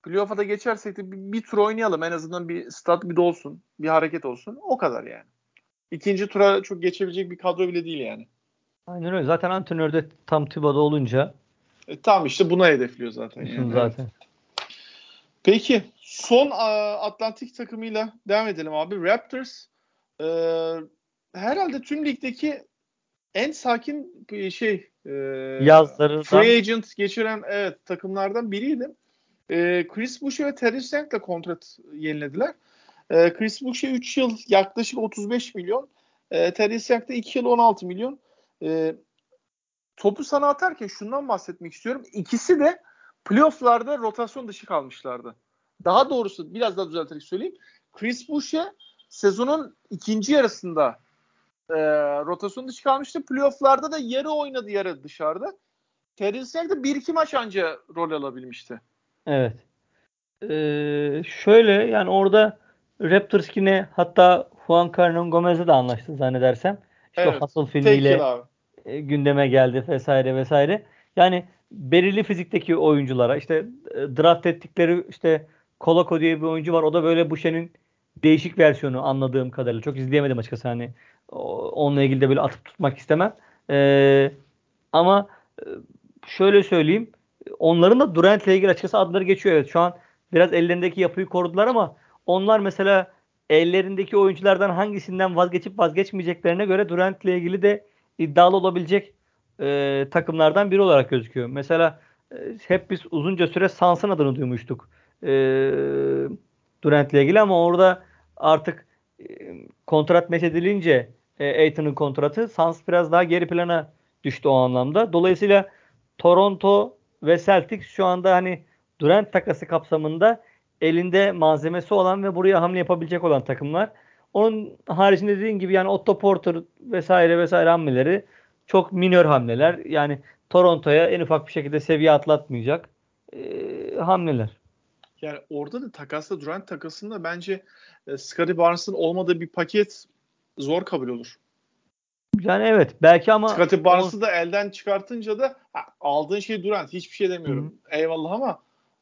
Playoff'a da geçersek de bir tur oynayalım. En azından bir stat bir dolsun. Bir hareket olsun. O kadar yani. İkinci tura çok geçebilecek bir kadro bile değil yani. Aynen öyle. Zaten antrenörde tam Thibodeau olunca Tam işte buna hedefliyor zaten yani. zaten. Evet. Peki son Atlantik takımıyla devam edelim abi. Raptors herhalde tüm ligdeki en sakin Yazlarından free agent geçiren takımlardan biriydi. Chris Boucher ve Terence Young'la kontrat yenilediler. Chris Boucher 3 yıl yaklaşık 35 milyon. Terence Young'da 2 yıl 16 milyon. Topu sana atarken şundan bahsetmek istiyorum. İkisi de playoff'larda rotasyon dışı kalmışlardı. Daha doğrusu biraz daha düzelterek söyleyeyim. Chris Boucher sezonun ikinci yarısında rotasyon dışı kalmıştı. Playoff'larda da yarı oynadı, yarı dışarıda. Terence Young da 1-2 maç anca rol alabilmişti. evet. Şöyle yani orada Raptors yine hatta Juan Carlos Gomez'le de anlaştı zannedersem. İşte o Evet. Hustle Tek yıl filmiyle abi. gündeme geldi vesaire vesaire. Yani belirli fizikteki oyunculara işte draft ettikleri işte Koloko diye bir oyuncu var. O da böyle Boucher'in değişik versiyonu anladığım kadarıyla. Çok izleyemedim açıkçası hani. Onunla ilgili de böyle atıp tutmak istemem. Ama e, şöyle söyleyeyim. Onların da Durant'le ilgili açıkçası adları geçiyor. Evet şu an biraz ellerindeki yapıyı korudular ama onlar mesela ellerindeki oyunculardan hangisinden vazgeçip vazgeçmeyeceklerine göre Durant'le ilgili de iddialı olabilecek takımlardan biri olarak gözüküyor. Mesela hep biz uzunca süre Suns'ın adını duymuştuk. E, Durant'le ilgili ama orada artık e, kontrat meşedilince Aiton'un kontratı Suns biraz daha geri plana düştü o anlamda. Dolayısıyla Toronto ve Celtics şu anda hani Durant takası kapsamında elinde malzemesi olan ve buraya hamle yapabilecek olan takımlar. Onun haricinde dediğim gibi yani Otto Porter vesaire vesaire hamleleri çok minör hamleler. Yani Toronto'ya en ufak bir şekilde seviye atlatmayacak hamleler. Yani orada da takasla Durant takasında bence Scottie Barnes'ın olmadığı bir paket zor kabul olur. Yani evet belki ama Scottie Barnes'ı da elden çıkartınca da aldığın şey Durant. Hiçbir şey demiyorum. Hı. Eyvallah ama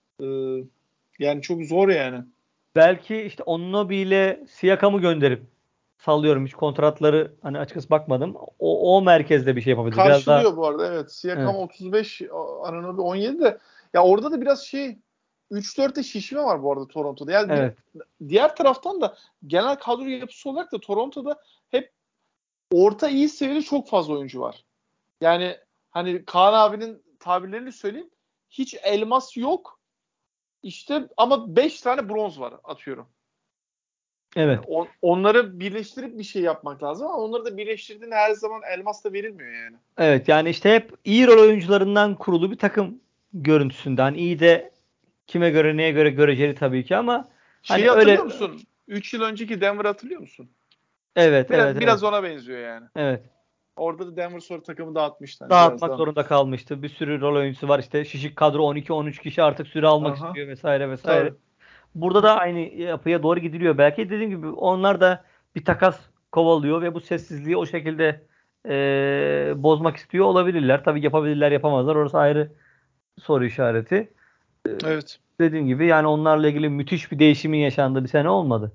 yani çok zor yani. Belki işte Onnobi ile Siakam'ı gönderip sallıyorum hiç kontratları hani açıkçası bakmadım. O merkezde bir şey yapabilir. Biraz daha Karşılıyor bu arada evet. Siakam evet. 35, Anunoby 17 de ya orada da biraz 3-4'te şişme var bu arada Toronto'da. Yani Evet. diğer taraftan da genel kadro yapısı olarak da Toronto'da hep orta iyi seviyeli çok fazla oyuncu var. Yani hani Kaan abinin tabirlerini söyleyeyim. Hiç elmas yok. İşte ama 5 tane bronz var atıyorum. Yani Evet. onları birleştirip bir şey yapmak lazım ama onları da birleştirdiğinde her zaman elmas da verilmiyor yani. Evet yani işte hep iyi rol oyuncularından kurulu bir takım görüntüsünde. Hani iyi de kime göre neye göre göreceli tabii ki ama hani Şeyi hatırlıyor öyle musun? 3 yıl önceki Denver hatırlıyor musun? evet evet evet. Biraz ona benziyor yani. Evet. Orada da Denver sonra takımı dağıtmıştı. Hani biraz Dağıtmak daha. zorunda kalmıştı. Bir sürü rol oyuncusu var işte şişik kadro 12-13 kişi artık süre almak Aha. istiyor vesaire vesaire. Tabii. Burada da aynı yapıya doğru gidiliyor. Belki dediğim gibi onlar da bir takas kovalıyor ve bu sessizliği o şekilde bozmak istiyor olabilirler. Tabii yapabilirler yapamazlar. Orası ayrı soru işareti. Evet. Dediğim gibi yani onlarla ilgili müthiş bir değişimin yaşandığı bir sene olmadı.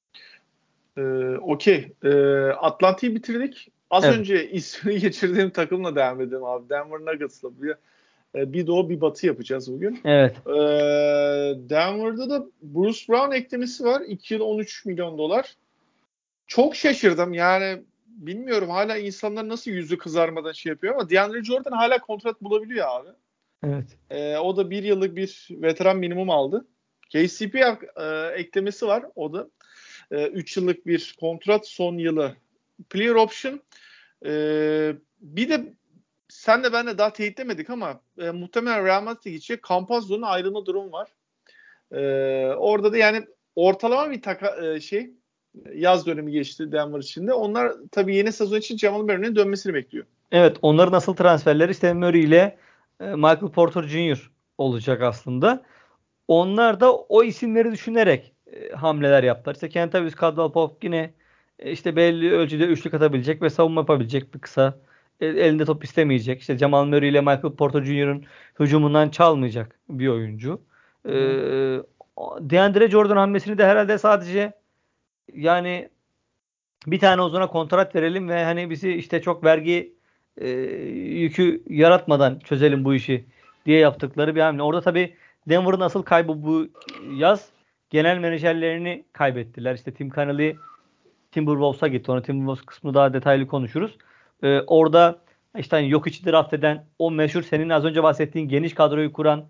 Okey. Atlantik'i bitirdik. Az Evet. önce ismini geçirdiğim takımla devam edelim abi. Denver Nuggets'la. Bir doğu bir batı yapacağız bugün. Evet. Denver'da da Bruce Brown eklemesi var. 2 yıl 13 milyon dolar. Çok şaşırdım. Yani bilmiyorum hala insanlar nasıl yüzü kızarmadan şey yapıyor ama DeAndre Jordan hala kontrat bulabiliyor abi. Evet. O da 1 yıllık bir veteran minimum aldı. KCP eklemesi var. O da 3 yıllık bir kontrat, son yılı player option. Bir de sen de ben de daha teyitlemedik ama muhtemelen Real Madrid'e gidecek Campazzo'nun ayrılma durumu var. Orada da yani ortalama bir yaz dönemi geçti Denver için de. Onlar tabii yeni sezon için Jamal Murray'nin dönmesini bekliyor. Evet. Onların asıl transferleri işte Murray ile Michael Porter Jr. olacak aslında. Onlar da o isimleri düşünerek hamleler yaptılar. İşte Kentavious Caldwell-Pope yine işte belli ölçüde üçlük atabilecek ve savunma yapabilecek bir kısa. Elinde top istemeyecek. İşte Jamal Murray ile Michael Porter Jr.'ın hücumundan çalmayacak bir oyuncu. DeAndre Jordan hamlesini de herhalde sadece yani bir tane uzuna kontrat verelim ve hani bizi işte çok vergi yükü yaratmadan çözelim bu işi diye yaptıkları bir hamle. Orada tabii Denver'ın asıl kaybı bu yaz genel menajerlerini kaybettiler. İşte Tim Connelly Timberwolves'a gitti. Onu Timberwolves kısmını daha detaylı konuşuruz. Orada işte hani yok içi draft eden o meşhur senin az önce bahsettiğin geniş kadroyu kuran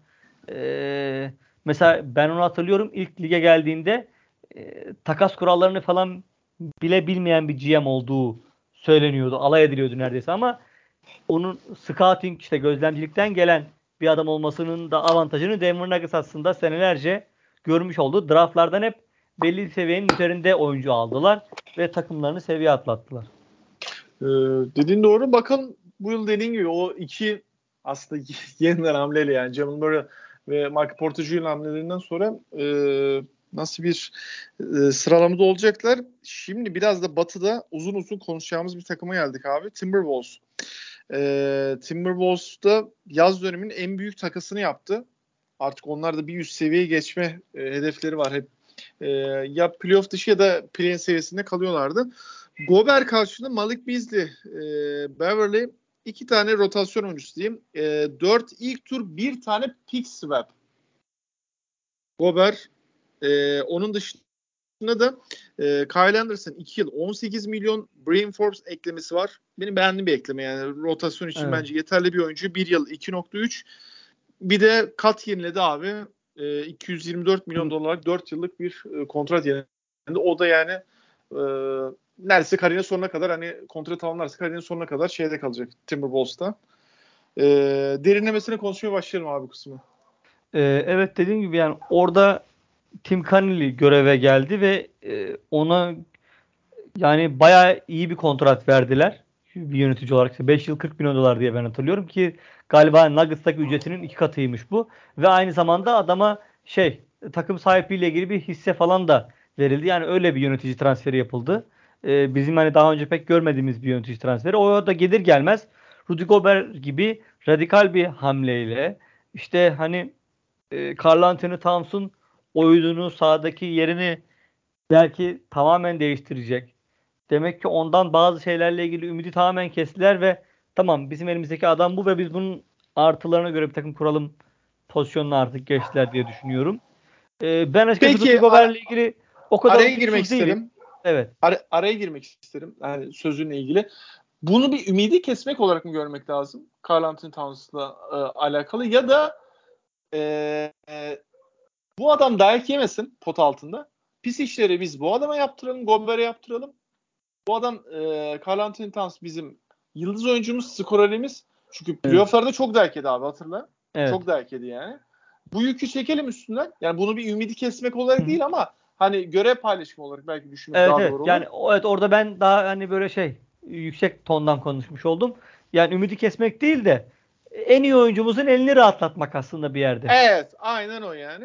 mesela ben onu hatırlıyorum ilk lige geldiğinde takas kurallarını falan bile bilmeyen bir GM olduğu söyleniyordu. Alay ediliyordu neredeyse ama onun scouting işte gözlemcilikten gelen bir adam olmasının da avantajını Denver Nuggets aslında senelerce görmüş oldu. Draftlardan hep belli bir seviyenin üzerinde oyuncu aldılar ve takımlarını seviye atlattılar. Dediğin doğru. Bakın bu yıl dediğin gibi o iki aslında yeniden hamleyle yani Jamal Murray ve Michael Porter Jr. hamlelerinden sonra nasıl bir sıralamada olacaklar. Şimdi biraz da Batı'da uzun uzun konuşacağımız bir takıma geldik abi. Timberwolves. Timberwolves'da yaz döneminin en büyük takasını yaptı. Artık onlar da bir üst seviyeye geçme hedefleri var. Hep ya playoff dışı ya da play-in seviyesinde kalıyorlardı. Gobert karşısında Malik Beasley, Beverly 2 tane rotasyon oyuncusu diyeyim. 4 ilk tur 1 tane pick swap. Gobert onun dışında da Kyle Anderson 2 yıl 18 milyon Brain Forbes eklemesi var. Benim beğendiğim bir ekleme yani rotasyon için bence yeterli bir oyuncu. 1 yıl 2.3 bir de kat yeniledi abi. 224 milyon dolarlık 4 yıllık bir kontrat yeniledi. O da yani neredeyse kariyerin sonuna kadar hani kontrat tamamlarsa kariyerin sonuna kadar şeyde kalacak Timberwolves'ta. Derinlemesine konuşmaya başlayalım abi kısmı. Evet dediğim gibi yani orada Tim Connelly göreve geldi ve ona yani bayağı iyi bir kontrat verdiler. Bir yönetici olarak 5 yıl 40 milyon dolar diye ben hatırlıyorum ki galiba Nuggets'taki ücretinin 2 katıymış bu. Ve aynı zamanda adama takım sahipliğiyle ilgili bir hisse falan da verildi. Yani öyle bir yönetici transferi yapıldı. Bizim hani daha önce pek görmediğimiz bir yönetici transferi. O da gelir gelmez Rudy Gobert gibi radikal bir hamleyle işte hani Karl Anthony Towns'un oyununu sahadaki yerini belki tamamen değiştirecek. Demek ki ondan bazı şeylerle ilgili ümidi tamamen kestiler ve tamam bizim elimizdeki adam bu ve biz bunun artılarına göre bir takım kuralım pozisyonuna artık geçtiler diye düşünüyorum. Ben açıkçası Rudy Peki Gobert'le ilgili o kadar araya girmek umutsuz değilim. isterim. Evet. Araya girmek isterim. Yani sözünle ilgili. Bunu bir ümidi kesmek olarak mı görmek lazım? Karl Anthony Towns'la alakalı ya da bu adam dayak yemesin pot altında. Pis işleri biz bu adama yaptıralım. Gobert'e yaptıralım. Bu adam Karl Anthony Towns bizim yıldız oyuncumuz, skorerimiz. Çünkü playoff'larda çok dayak yedi abi hatırla. Evet. Çok dayak yedi yani. Bu yükü çekelim üstünden. Yani bunu bir ümidi kesmek olarak değil ama hani görev paylaşımı olarak belki düşünmek Evet, daha evet. doğru olur. Yani evet orada ben daha hani böyle yüksek tondan konuşmuş oldum. Yani ümidi kesmek değil de en iyi oyuncumuzun elini rahatlatmak aslında bir yerde. Evet, aynen o yani.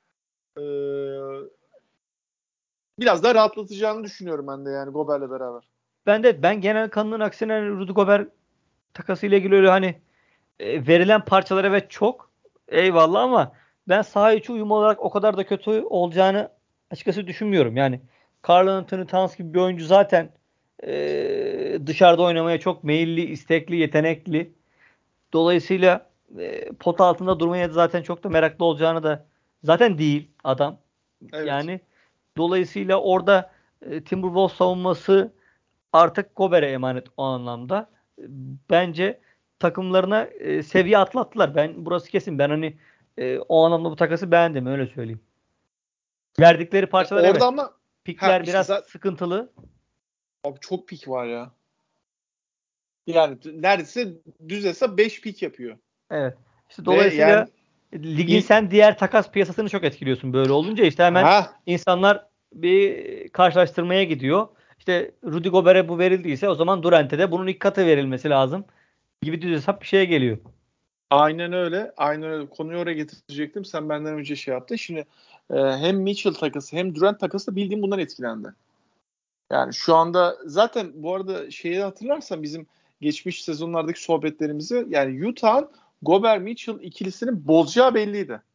Biraz daha rahatlatacağını düşünüyorum ben de yani Gobert'le beraber. Ben genel kanının aksine Rudy Gobert takasıyla ilgili öyle hani verilen parçalar evet çok eyvallah ama ben saha içi uyum olarak o kadar da kötü olacağını açıkçası düşünmüyorum. Yani Karl Anthony Towns gibi bir oyuncu zaten dışarıda oynamaya çok meyilli, istekli, yetenekli. Dolayısıyla pot altında durmaya da zaten çok da meraklı olacağını da zaten değil adam. Evet. Yani dolayısıyla orada Timberwolves savunması artık Gobert'e emanet o anlamda. Bence takımlarına seviye atlattılar. Ben burası kesin. Ben hani o anlamda bu takası beğendim öyle söyleyeyim. Verdikleri parçalar Orada evet. ama Pikler işte biraz zaten sıkıntılı. abi çok pik var ya. Yani neredeyse düz hesap 5 pik yapıyor. Evet. İşte Ve dolayısıyla yani ligin sen diğer takas piyasasını çok etkiliyorsun böyle olunca işte hemen ha insanlar bir karşılaştırmaya gidiyor. İşte Rudy Gobert'e bu verildiyse o zaman Durant'e de bunun 2 katı verilmesi lazım gibi düz hesap bir şeye geliyor. aynen öyle. Aynen öyle. Konuyu oraya getirecektim. Sen benden önce şey yaptın. Şimdi hem Mitchell takası hem Durant takası da bildiğim bundan etkilendi. Yani şu anda zaten bu arada şeyi hatırlarsan bizim geçmiş sezonlardaki sohbetlerimizi yani Utah'ın Gobert Mitchell ikilisinin bozacağı belliydi.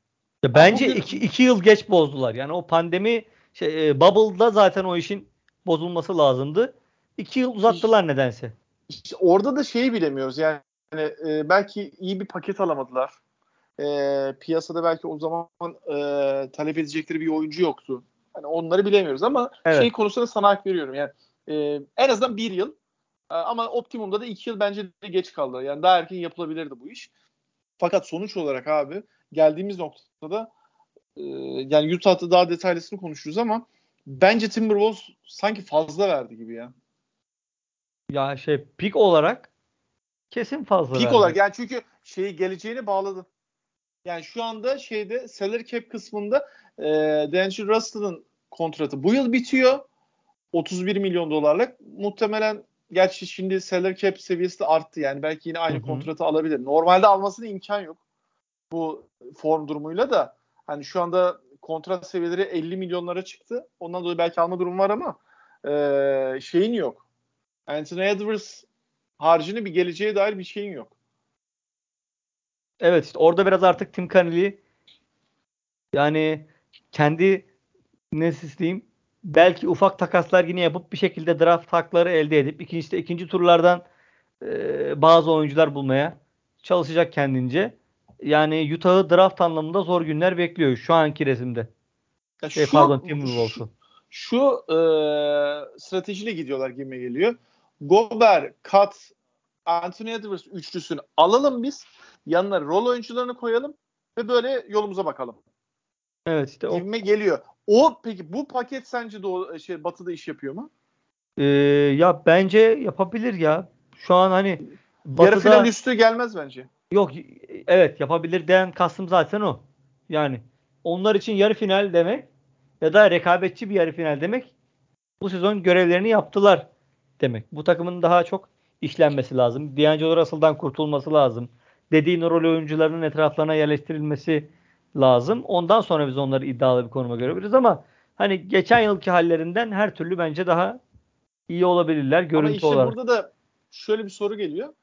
Ya bence 2 yıl geç bozdular. Yani o pandemi Bubble'da zaten o işin bozulması lazımdı. 2 yıl uzattılar nedense. İşte orada da şeyi bilemiyoruz. Yani belki iyi bir paket alamadılar. Piyasada belki o zaman talep edecekleri bir oyuncu yoktu. Hani onları bilemiyoruz ama Evet. şey konusunda sana hak veriyorum. Yani en azından 1 yıl ama optimumda da 2 yıl bence de geç kaldı. Yani daha erken yapılabilirdi bu iş. Fakat sonuç olarak abi geldiğimiz noktada yani Utah'ta daha detaylısını konuşuruz ama bence Timberwolves sanki fazla verdi gibi ya. Ya pik olarak kesin fazla Pik verdi. olarak yani çünkü geleceğini bağladı. Yani şu anda salary cap kısmında D'Angelo Russell'ın kontratı bu yıl bitiyor. 31 milyon dolarlık. Muhtemelen gerçi şimdi salary cap seviyesi de arttı. Yani belki yine aynı kontratı alabilir. Normalde almasına imkan yok. Bu form durumuyla da hani şu anda kontrat seviyeleri 50 milyonlara çıktı. Ondan dolayı belki alma durumu var ama şeyin yok. Anthony Edwards haricinde bir geleceğe dair bir şeyin yok. Evet, işte orada biraz artık Tim Connelly yani kendi nasıl diyeyim, belki ufak takaslar yine yapıp bir şekilde draft hakları elde edip ikinci turlardan bazı oyuncular bulmaya çalışacak kendince. Yani Utah'ı draft anlamında zor günler bekliyor şu anki resimde. Ya Timberwolves'u. şu stratejiyle gidiyorlar gibi geliyor. Gobert, Kat, Anthony Edwards üçlüsünü alalım biz. Yanına rol oyuncularını koyalım ve böyle yolumuza bakalım. Evet, işte o Gibime geliyor. Peki bu paket sence Batı'da iş yapıyor mu? ya bence yapabilir ya. Şu an hani Yarı final Batı'da üstü gelmez bence. yok, evet yapabilir diyen kastım zaten o. Yani onlar için yarı final demek ya da rekabetçi bir yarı final demek bu sezon görevlerini yaptılar demek. Bu takımın daha çok işlenmesi lazım. D'Angelo Russell'dan kurtulması lazım. Dediğin rol oyuncularının etraflarına yerleştirilmesi lazım. Ondan sonra biz onları iddialı bir konuma görebiliriz ama hani geçen yılki hallerinden her türlü bence daha iyi olabilirler Ama görüntü işte olarak. burada da şöyle bir soru geliyor.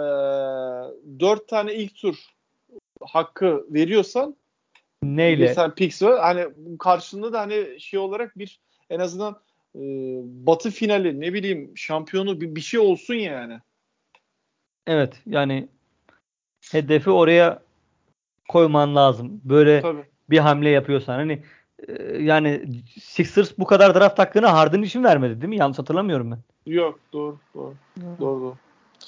4 tane ilk tur hakkı veriyorsan bir Neyle? tane picks var. Hani karşılığında da hani olarak bir en azından Batı finali ne bileyim şampiyonu bir şey olsun yani. Evet, yani hedefi oraya koyman lazım. Böyle Tabii. bir hamle yapıyorsan hani yani Sixers bu kadar draft hakkını Harden için vermedi değil mi? Yanlış hatırlamıyorum ben. Yok doğru doğru. Hı. Doğru doğru.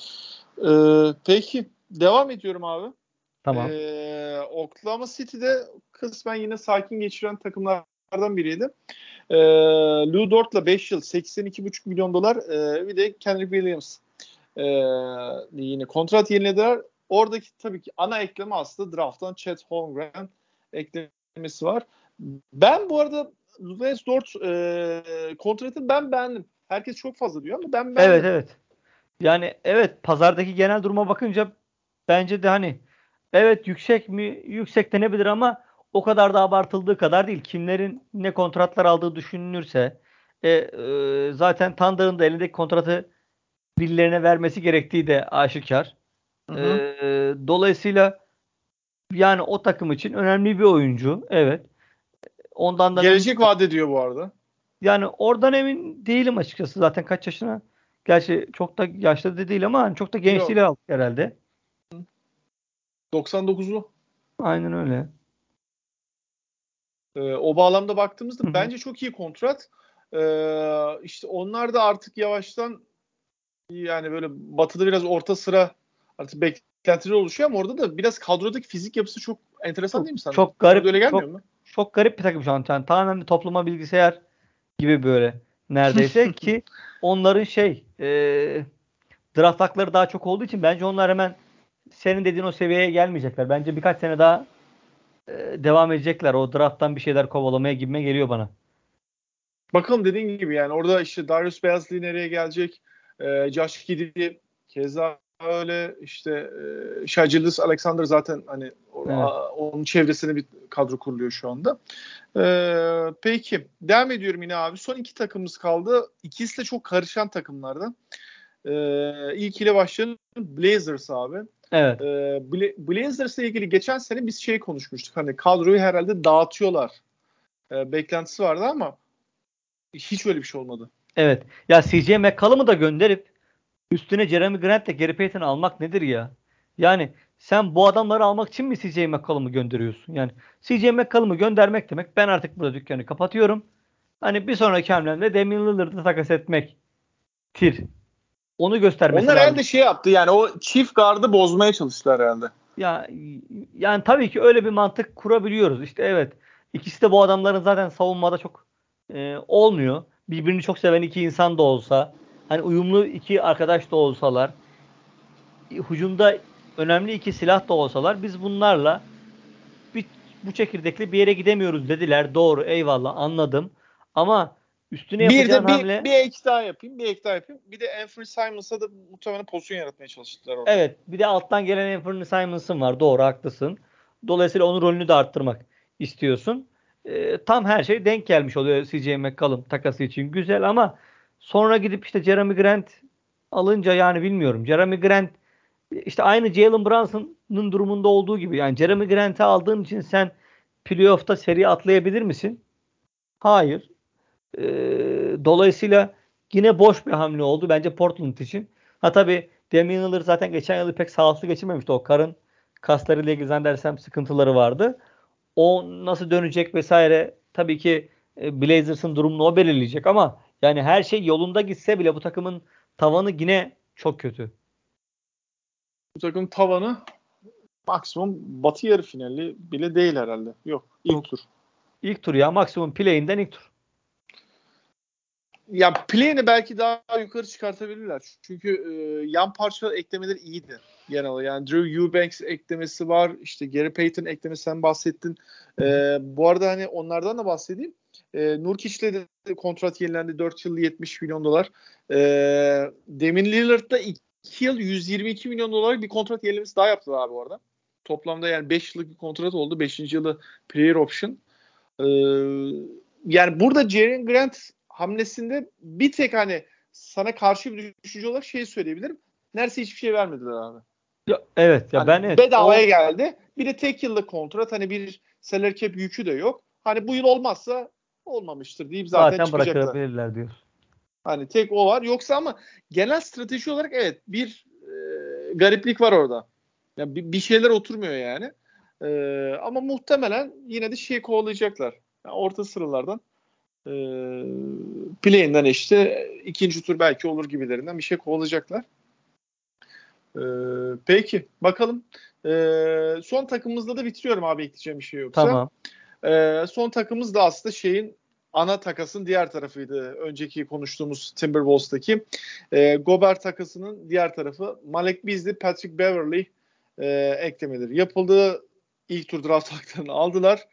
Peki devam ediyorum abi. Tamam. Oklahoma City'de kısmen yine sakin geçiren takımlardan biriydi. Lou Dort'la 5 yıl 82,5 milyon dolar bir de Kendrick Williams yine kontrat yenilediler. Oradaki tabii ki ana ekleme aslında draft'tan Chet Holmgren eklemesi var. Ben bu arada Lou Dort kontratını ben beğendim. Herkes çok fazla diyor ama ben Evet, beğendim. evet. Yani evet, pazardaki genel duruma bakınca bence de hani evet, yüksek mi? Yüksek denebilir ama o kadar da abartıldığı kadar değil. Kimlerin ne kontratlar aldığı düşünülürse zaten Thunder'ın da elindeki kontratı birilerine vermesi gerektiği de aşikar. Hı hı. Dolayısıyla yani o takım için önemli bir oyuncu. Evet. Ondan da memnun. Gelecek vaat ediyor bu arada. Yani oradan emin değilim açıkçası. Zaten kaç yaşına? Gerçi çok da yaşlı da değil ama hani çok da genç Yok. değil aldık herhalde. 99'lu. Aynen öyle. O bağlamda baktığımızda Hı hı. bence çok iyi kontrat. İşte onlar da artık yavaştan yani böyle Batı'da biraz orta sıra artık beklentileri oluşuyor ama orada da biraz kadrodaki fizik yapısı çok enteresan Çok değil mi sana? çok Sana da garip, öyle gelmiyor mu? çok garip bir takım şu an. Yani tamamen bir topluma bilgisayar gibi böyle neredeyse ki onların draft hakları daha çok olduğu için bence onlar hemen senin dediğin o seviyeye gelmeyecekler. Bence birkaç sene daha devam edecekler. O drafttan bir şeyler kovalamaya gibime geliyor bana. Bakalım dediğin gibi yani orada işte Darius Bazley nereye gelecek? Josh Giddey keza öyle işte Shai Alexander zaten hani Evet. onun çevresine bir kadro kuruluyor şu anda. Peki devam ediyorum yine abi. Son 2 takımımız kaldı. İkisi de çok karışan takımlardan. İlk ile başlayalım. Blazers abi. Evet. Blazers'la ilgili geçen sene biz konuşmuştuk. Hani kadroyu herhalde dağıtıyorlar. Beklentisi vardı ama hiç öyle bir şey olmadı. Evet. Ya CJ McCollum'u da gönderip üstüne Jeremy Grant'le Gary Payton'ı almak nedir ya? Yani sen bu adamları almak için mi CJ McCollum'u gönderiyorsun? Yani CJ McCollum'u göndermek demek ben artık burada dükkanı kapatıyorum. Hani bir sonraki hamlemde Damian Lillard'ı takas etmektir. Onu göstermesi Onlar lazım. herhalde yaptı yani o çift gardı bozmaya çalıştılar herhalde. Ya yani tabii ki öyle bir mantık kurabiliyoruz. İşte evet. İkisi de bu adamların zaten savunmada çok olmuyor. Birbirini çok seven iki insan da olsa, hani uyumlu iki arkadaş da olsalar, hücumda önemli iki silah da olsalar biz bunlarla bir, bu çekirdekle bir yere gidemiyoruz dediler. Doğru, eyvallah, anladım. Ama üstüne Bir yapacağın de hamle, bir ek daha yapayım. Bir ek daha yapayım. Bir de Anthony Simons'a da muhtemelen pozisyon yaratmaya çalıştılar orada. evet, bir de alttan gelen Anthony Simons'ın var. Doğru, haklısın. Dolayısıyla onun rolünü de arttırmak istiyorsun. Tam her şey denk gelmiş oluyor CJ McCollum takası için. Güzel ama sonra gidip işte Jeremy Grant alınca yani bilmiyorum. Jeremy Grant işte aynı Jalen Brunson'ın durumunda olduğu gibi. Yani Jeremy Grant'i aldığın için sen playoff'ta seri atlayabilir misin? Hayır. Dolayısıyla yine boş bir hamle oldu bence Portland için. Ha tabii Damian Lillard zaten geçen yıl pek sağlıklı geçirmemişti. O karın kaslarıyla ilgili zannedersem sıkıntıları vardı. O nasıl dönecek vesaire tabii ki Blazers'ın durumunu o belirleyecek ama yani her şey yolunda gitse bile bu takımın tavanı yine çok kötü. Bu takım tavanı maksimum Batı yarı finali bile değil herhalde. Yok. İlk Yok. tur. İlk tur ya, maksimum play-in'den ilk tur. Ya play'ini belki daha yukarı çıkartabilirler. Çünkü yan parça eklemeleri iyiydi genel olarak. Yani Drew Eubanks eklemesi var. İşte Gary Payton eklemesi sen bahsettin. Bu arada hani onlardan da bahsedeyim. Nurkic'le de kontrat yenilendi. 4 yıl 70 milyon dolar. Damian Lillard'da 2 yıl 122 milyon dolar bir kontrat yenilemesi daha yaptılar abi bu arada. Toplamda yani 5 yıllık bir kontrat oldu. 5. yılı player option. Ee, Yani burada Jaren Grant hamlesinde bir tek hani sana karşı bir düşünce olarak söyleyebilirim. Neredeyse hiçbir şey vermediler abi. Ya, evet ya Hani ben evet bedavaya o geldi. Bir de tek yıllık kontrat, hani bir salary cap yükü de yok. Hani bu yıl olmazsa olmamıştır deyip zaten zaten çıkacaklar. bırakabilirler diyorsun. Hani tek o var. Yoksa ama genel strateji olarak evet bir gariplik var orada. Yani bir şeyler oturmuyor yani. Ama muhtemelen yine de kovalayacaklar. Yani orta sıralardan play'inden işte ikinci tur belki olur gibilerinden bir şey kovalayacaklar. Peki bakalım. Son takımımızda da bitiriyorum abi, ekleyeceğim bir şey yoksa. Tamam. Son takımımız da aslında ana takasın diğer tarafıydı. Önceki konuştuğumuz Timberwolves'taki. Gobert takasının diğer tarafı. Malik Beasley, Patrick Beverley eklemeleri yapıldı. İlk tur draft haklarını aldılar.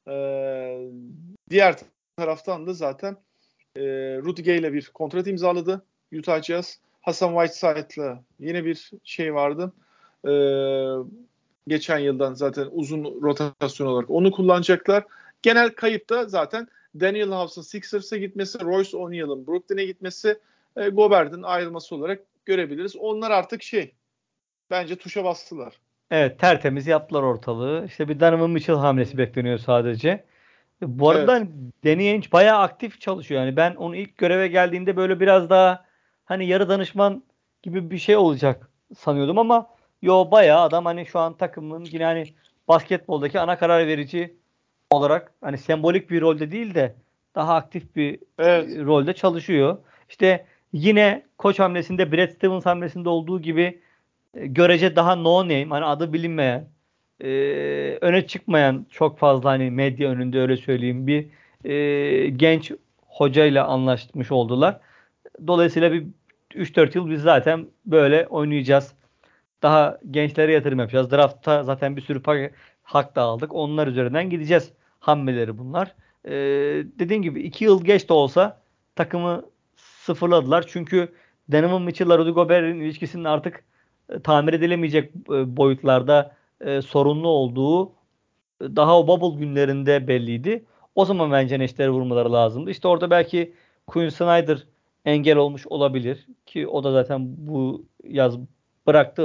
Diğer taraftan da zaten Rudy Gay ile bir kontrat imzaladı Utah Jazz. Hassan Whiteside'la yine bir vardı. Geçen yıldan zaten uzun rotasyon olarak onu kullanacaklar. Genel kayıp da zaten Daniel House'un Sixers'a gitmesi, Royce O'Neal'ın Brooklyn'e gitmesi, Gobert'in ayrılması olarak görebiliriz. Onlar artık bence tuşa bastılar. Evet, tertemiz yaptılar ortalığı. İşte bir Donovan Mitchell hamlesi bekleniyor sadece. Bu arada Evet. Danny Ainge bayağı aktif çalışıyor. Yani ben onu ilk göreve geldiğinde böyle biraz daha hani yarı danışman gibi bir şey olacak sanıyordum ama yo, bayağı adam hani şu an takımın yine hani basketboldaki ana karar verici olarak hani sembolik bir rolde değil de daha aktif bir Evet. rolde çalışıyor. İşte yine koç hamlesinde Brad Stevens hamlesinde olduğu gibi görece daha no name, hani adı bilinmeyen, öne çıkmayan, çok fazla hani medya önünde öyle söyleyeyim, bir genç hocayla anlaşmış oldular. Dolayısıyla bir 3-4 yıl biz zaten böyle oynayacağız. Daha gençlere yatırım yapacağız. Draftta zaten bir sürü hak da aldık. Onlar üzerinden gideceğiz. Hamleleri bunlar. Dediğim gibi 2 yıl geç de olsa takımı sıfırladılar. Çünkü Donovan Mitchell'la Rudy Gobert'in ilişkisinin artık tamir edilemeyecek boyutlarda sorunlu olduğu daha o bubble günlerinde belliydi. O zaman bence neşter vurmaları lazımdı. İşte orada belki Quinn Snyder engel olmuş olabilir ki o da zaten bu yaz bıraktığı an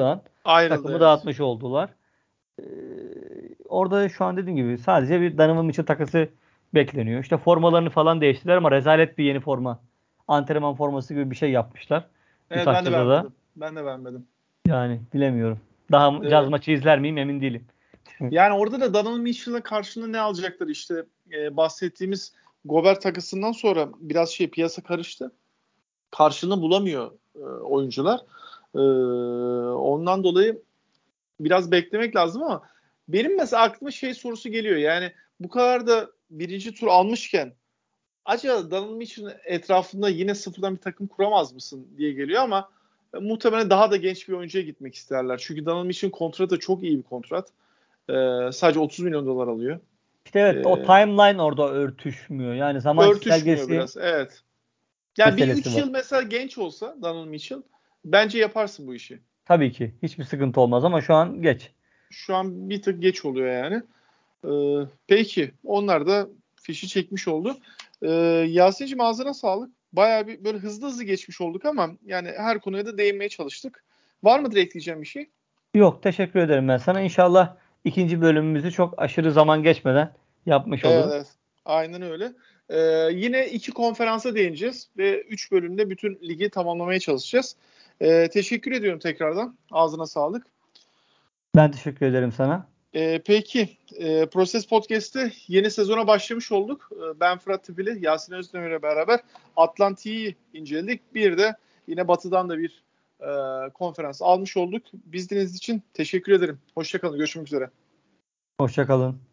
Ayrıldı, Takımı evet. dağıtmış oldular. Orada şu an dediğim gibi sadece bir Donovan Mitchell takası bekleniyor. İşte formalarını falan değiştirdiler ama rezalet bir yeni forma. Antrenman forması gibi bir şey yapmışlar. Evet, Utah ben de Jazz'da. beğenmedim. Ben de beğenmedim. Yani bilemiyorum. Daha Jazz Ee, maçı izler miyim emin değilim. Yani orada da Donovan Mitchell'a karşılığında ne alacaklar işte, bahsettiğimiz Gobert takısından sonra biraz piyasa karıştı. Karşılığını bulamıyor oyuncular. Ondan dolayı biraz beklemek lazım ama benim mesela aklıma sorusu geliyor. Yani bu kadar da birinci tur almışken acaba Donovan Mitchell'ın etrafında yine sıfırdan bir takım kuramaz mısın diye geliyor ama muhtemelen daha da genç bir oyuncuya gitmek isterler. Çünkü Donovan Mitchell'ın kontratı da çok iyi bir kontrat. Sadece 30 milyon dolar alıyor. İşte evet, o Ee, timeline orada örtüşmüyor. Yani zaman Örtüşmüyor çizelgesi biraz. Evet. Yani bir meselesi 3 var. yıl mesela genç olsa Donovan Mitchell bence yaparsın bu işi. Tabii ki hiçbir sıkıntı olmaz ama şu an geç. Şu an bir tık geç oluyor yani. Peki. Onlar da fişi çekmiş oldu. Yasin'cim ağzına sağlık. Bayağı bir böyle hızlı hızlı geçmiş olduk ama yani her konuya da değinmeye çalıştık. Var mıdır ekleyeceğim bir şey? Yok, teşekkür ederim ben sana. İnşallah ikinci bölümümüzü çok aşırı zaman geçmeden yapmış Evet, oluruz. evet. Aynen öyle. Yine 2 konferansa değineceğiz ve 3 bölümde bütün ligi tamamlamaya çalışacağız. Teşekkür ediyorum tekrardan. Ağzına sağlık. Ben teşekkür ederim sana. Peki, Proses Podcast'te yeni sezona başlamış olduk. Ben Fırat Tipili, Yasin Özdemir'le beraber Atlantik'i inceledik. Bir de yine Batı'dan da bir konferans almış olduk. Biz dinlediğiniz için teşekkür ederim. Hoşça kalın, görüşmek üzere. Hoşça kalın.